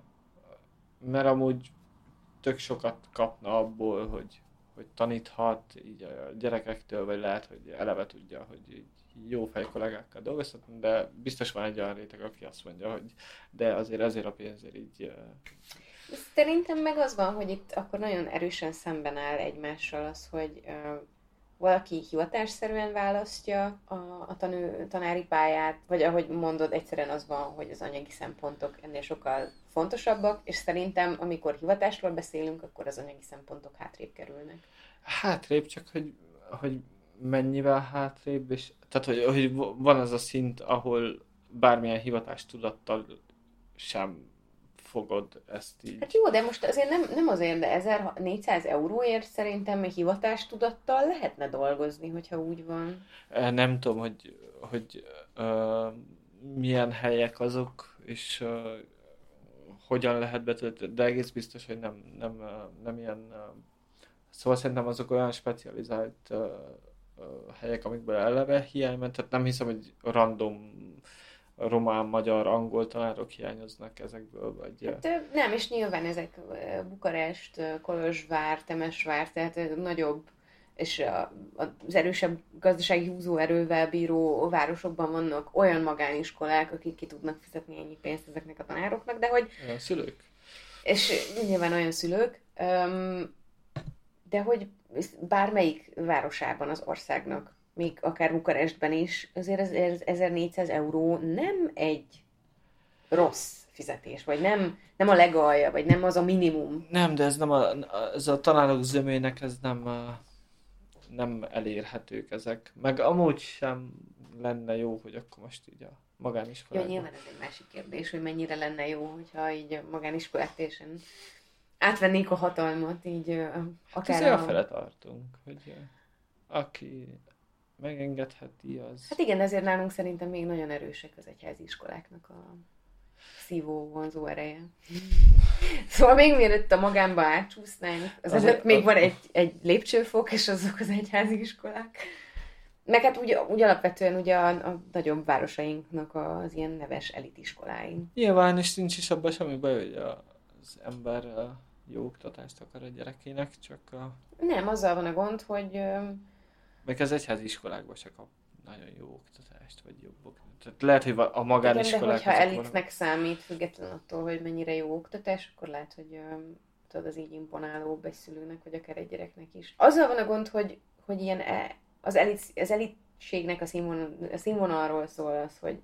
mert amúgy tök sokat kapna abból, hogy taníthat így a gyerekektől, vagy lehet, hogy eleve tudja, hogy így jó fej kollégákkal dolgozhatni, de biztos van egy olyan réteg, aki azt mondja, hogy de azért a pénzért így... Szerintem meg az van, hogy itt akkor nagyon erősen szemben áll egymással az, hogy valaki hivatásszerűen választja a tanári pályát, vagy ahogy mondod, egyszerűen az van, hogy az anyagi szempontok ennél sokkal fontosabbak, és szerintem, amikor hivatásról beszélünk, akkor az anyagi szempontok hátrébb kerülnek. Hátrébb, csak hogy mennyivel hátrébb, és tehát, hogy van az a szint, ahol bármilyen hivatástudattal sem fogod ezt így. Hát jó, de most azért nem azért, de 1400 euróért szerintem hivatástudattal lehetne dolgozni, hogyha úgy van. Nem tudom, hogy milyen helyek azok, és hogyan lehet betölteni, de egész biztos, hogy nem ilyen... Szóval szerintem azok olyan specializált helyek, amikből eleve hiány ment, tehát nem hiszem, hogy random román, magyar, angol tanárok hiányoznak ezekből, vagy... Hát, nem, és nyilván ezek Bukarest, Kolozsvár, Temesvár, tehát nagyobb és az erősebb gazdasági húzóerővel bíró városokban vannak olyan magániskolák, akik ki tudnak fizetni ennyi pénzt ezeknek a tanároknak, de hogy... Olyan szülők. És nyilván olyan szülők, de hogy bármelyik városában az országnak, még akár Bukarestben is, azért az 1400 euró nem egy rossz fizetés, vagy nem a legalja, vagy nem az a minimum. Nem, de ez a tanárok zömének ez nem elérhetők ezek. Meg amúgy sem lenne jó, hogy akkor most így a magániskolában... Jó, nyilván ez egy másik kérdés, hogy mennyire lenne jó, hogyha így a magániskolák teljesen átvennék a hatalmat, így akár... Hát fele tartunk, hogy aki megengedheti, az... Hát igen, ezért nálunk szerintem még nagyon erősek az egyházi iskoláknak a szívó, vonzó ereje. Szóval még mielőtt a magánba átcsúsznánk, előtt még van egy lépcsőfok, és azok az egyházi iskolák. Meg hát úgy alapvetően ugye a nagyobb városainknak az ilyen neves elitiskolái. Nyilván, és nincs is abban semmi baj, hogy az ember jó oktatást akar a gyerekének, csak Nem, azzal van a gond, hogy... Meg az egyházi iskolákban se kap nagyon jó oktatást, vagy jobb oktatást. Tehát lehet, hogy a magániskolák... Igen, de hogyha elitnek számít, független attól, hogy mennyire jó oktatás, akkor lehet, hogy tudod, az így imponáló egy szülőnek, vagy akár egy gyereknek is. Azzal van a gond, hogy ilyen az elitségnek a színvonalról szól az, hogy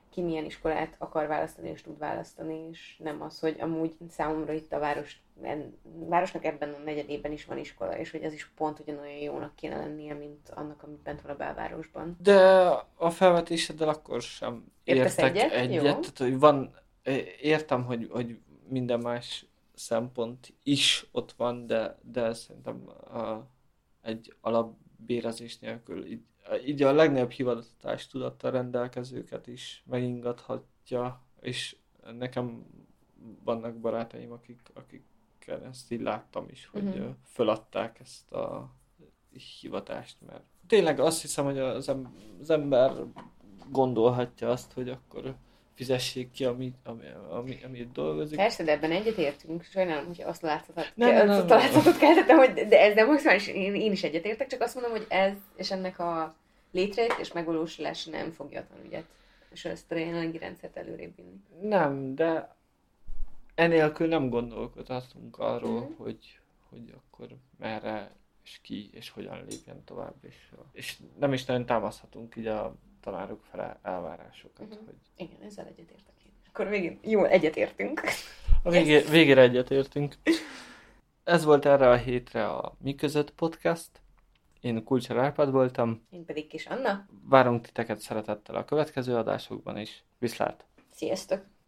ki milyen iskolát akar választani és tud választani, és nem az, hogy amúgy számomra itt a városnak ebben a negyedében is van iskola, és hogy ez is pont ugyanolyan jónak kéne lennie, mint annak, ami bent van a belvárosban. De a felvetéseddel akkor sem Értesz értek egyet? Jó. Tehát, hogy van, értem, hogy minden más szempont is ott van, de szerintem egy alapbérezés nélkül így a legnagyobb hivatás tudattal rendelkezőket is megingathatja, és nekem vannak barátaim, akikkel ezt így láttam is, hogy föladták ezt a hivatást, mert tényleg azt hiszem, hogy az ember gondolhatja azt, hogy akkor fizessék ki, amit dolgozik. Persze, de ebben egyetértünk. Sajnálom, hogy azt a Nem. keltettem, hogy de ez nem maximális, én is egyetértek, csak azt mondom, hogy ez és ennek a létrejött és megvalósulás nem fogja a tanügyet, és ezt a jelenlegi rendszert előrébb vinni. Nem, de enélkül nem gondolkodhatunk arról, hogy akkor merre és ki és hogyan lépjen tovább, és nem is nagyon támaszhatunk így a tanárok fele elvárásokat. Hogy... Igen, ezzel egyetértek én. Akkor végén jól egyetértünk. A végére egyetértünk. Ez volt erre a hétre a Mi Között podcast. Én Kulcsár Árpád voltam. Én pedig Kis Anna. Várunk titeket szeretettel a következő adásokban is. Viszlát! Sziasztok!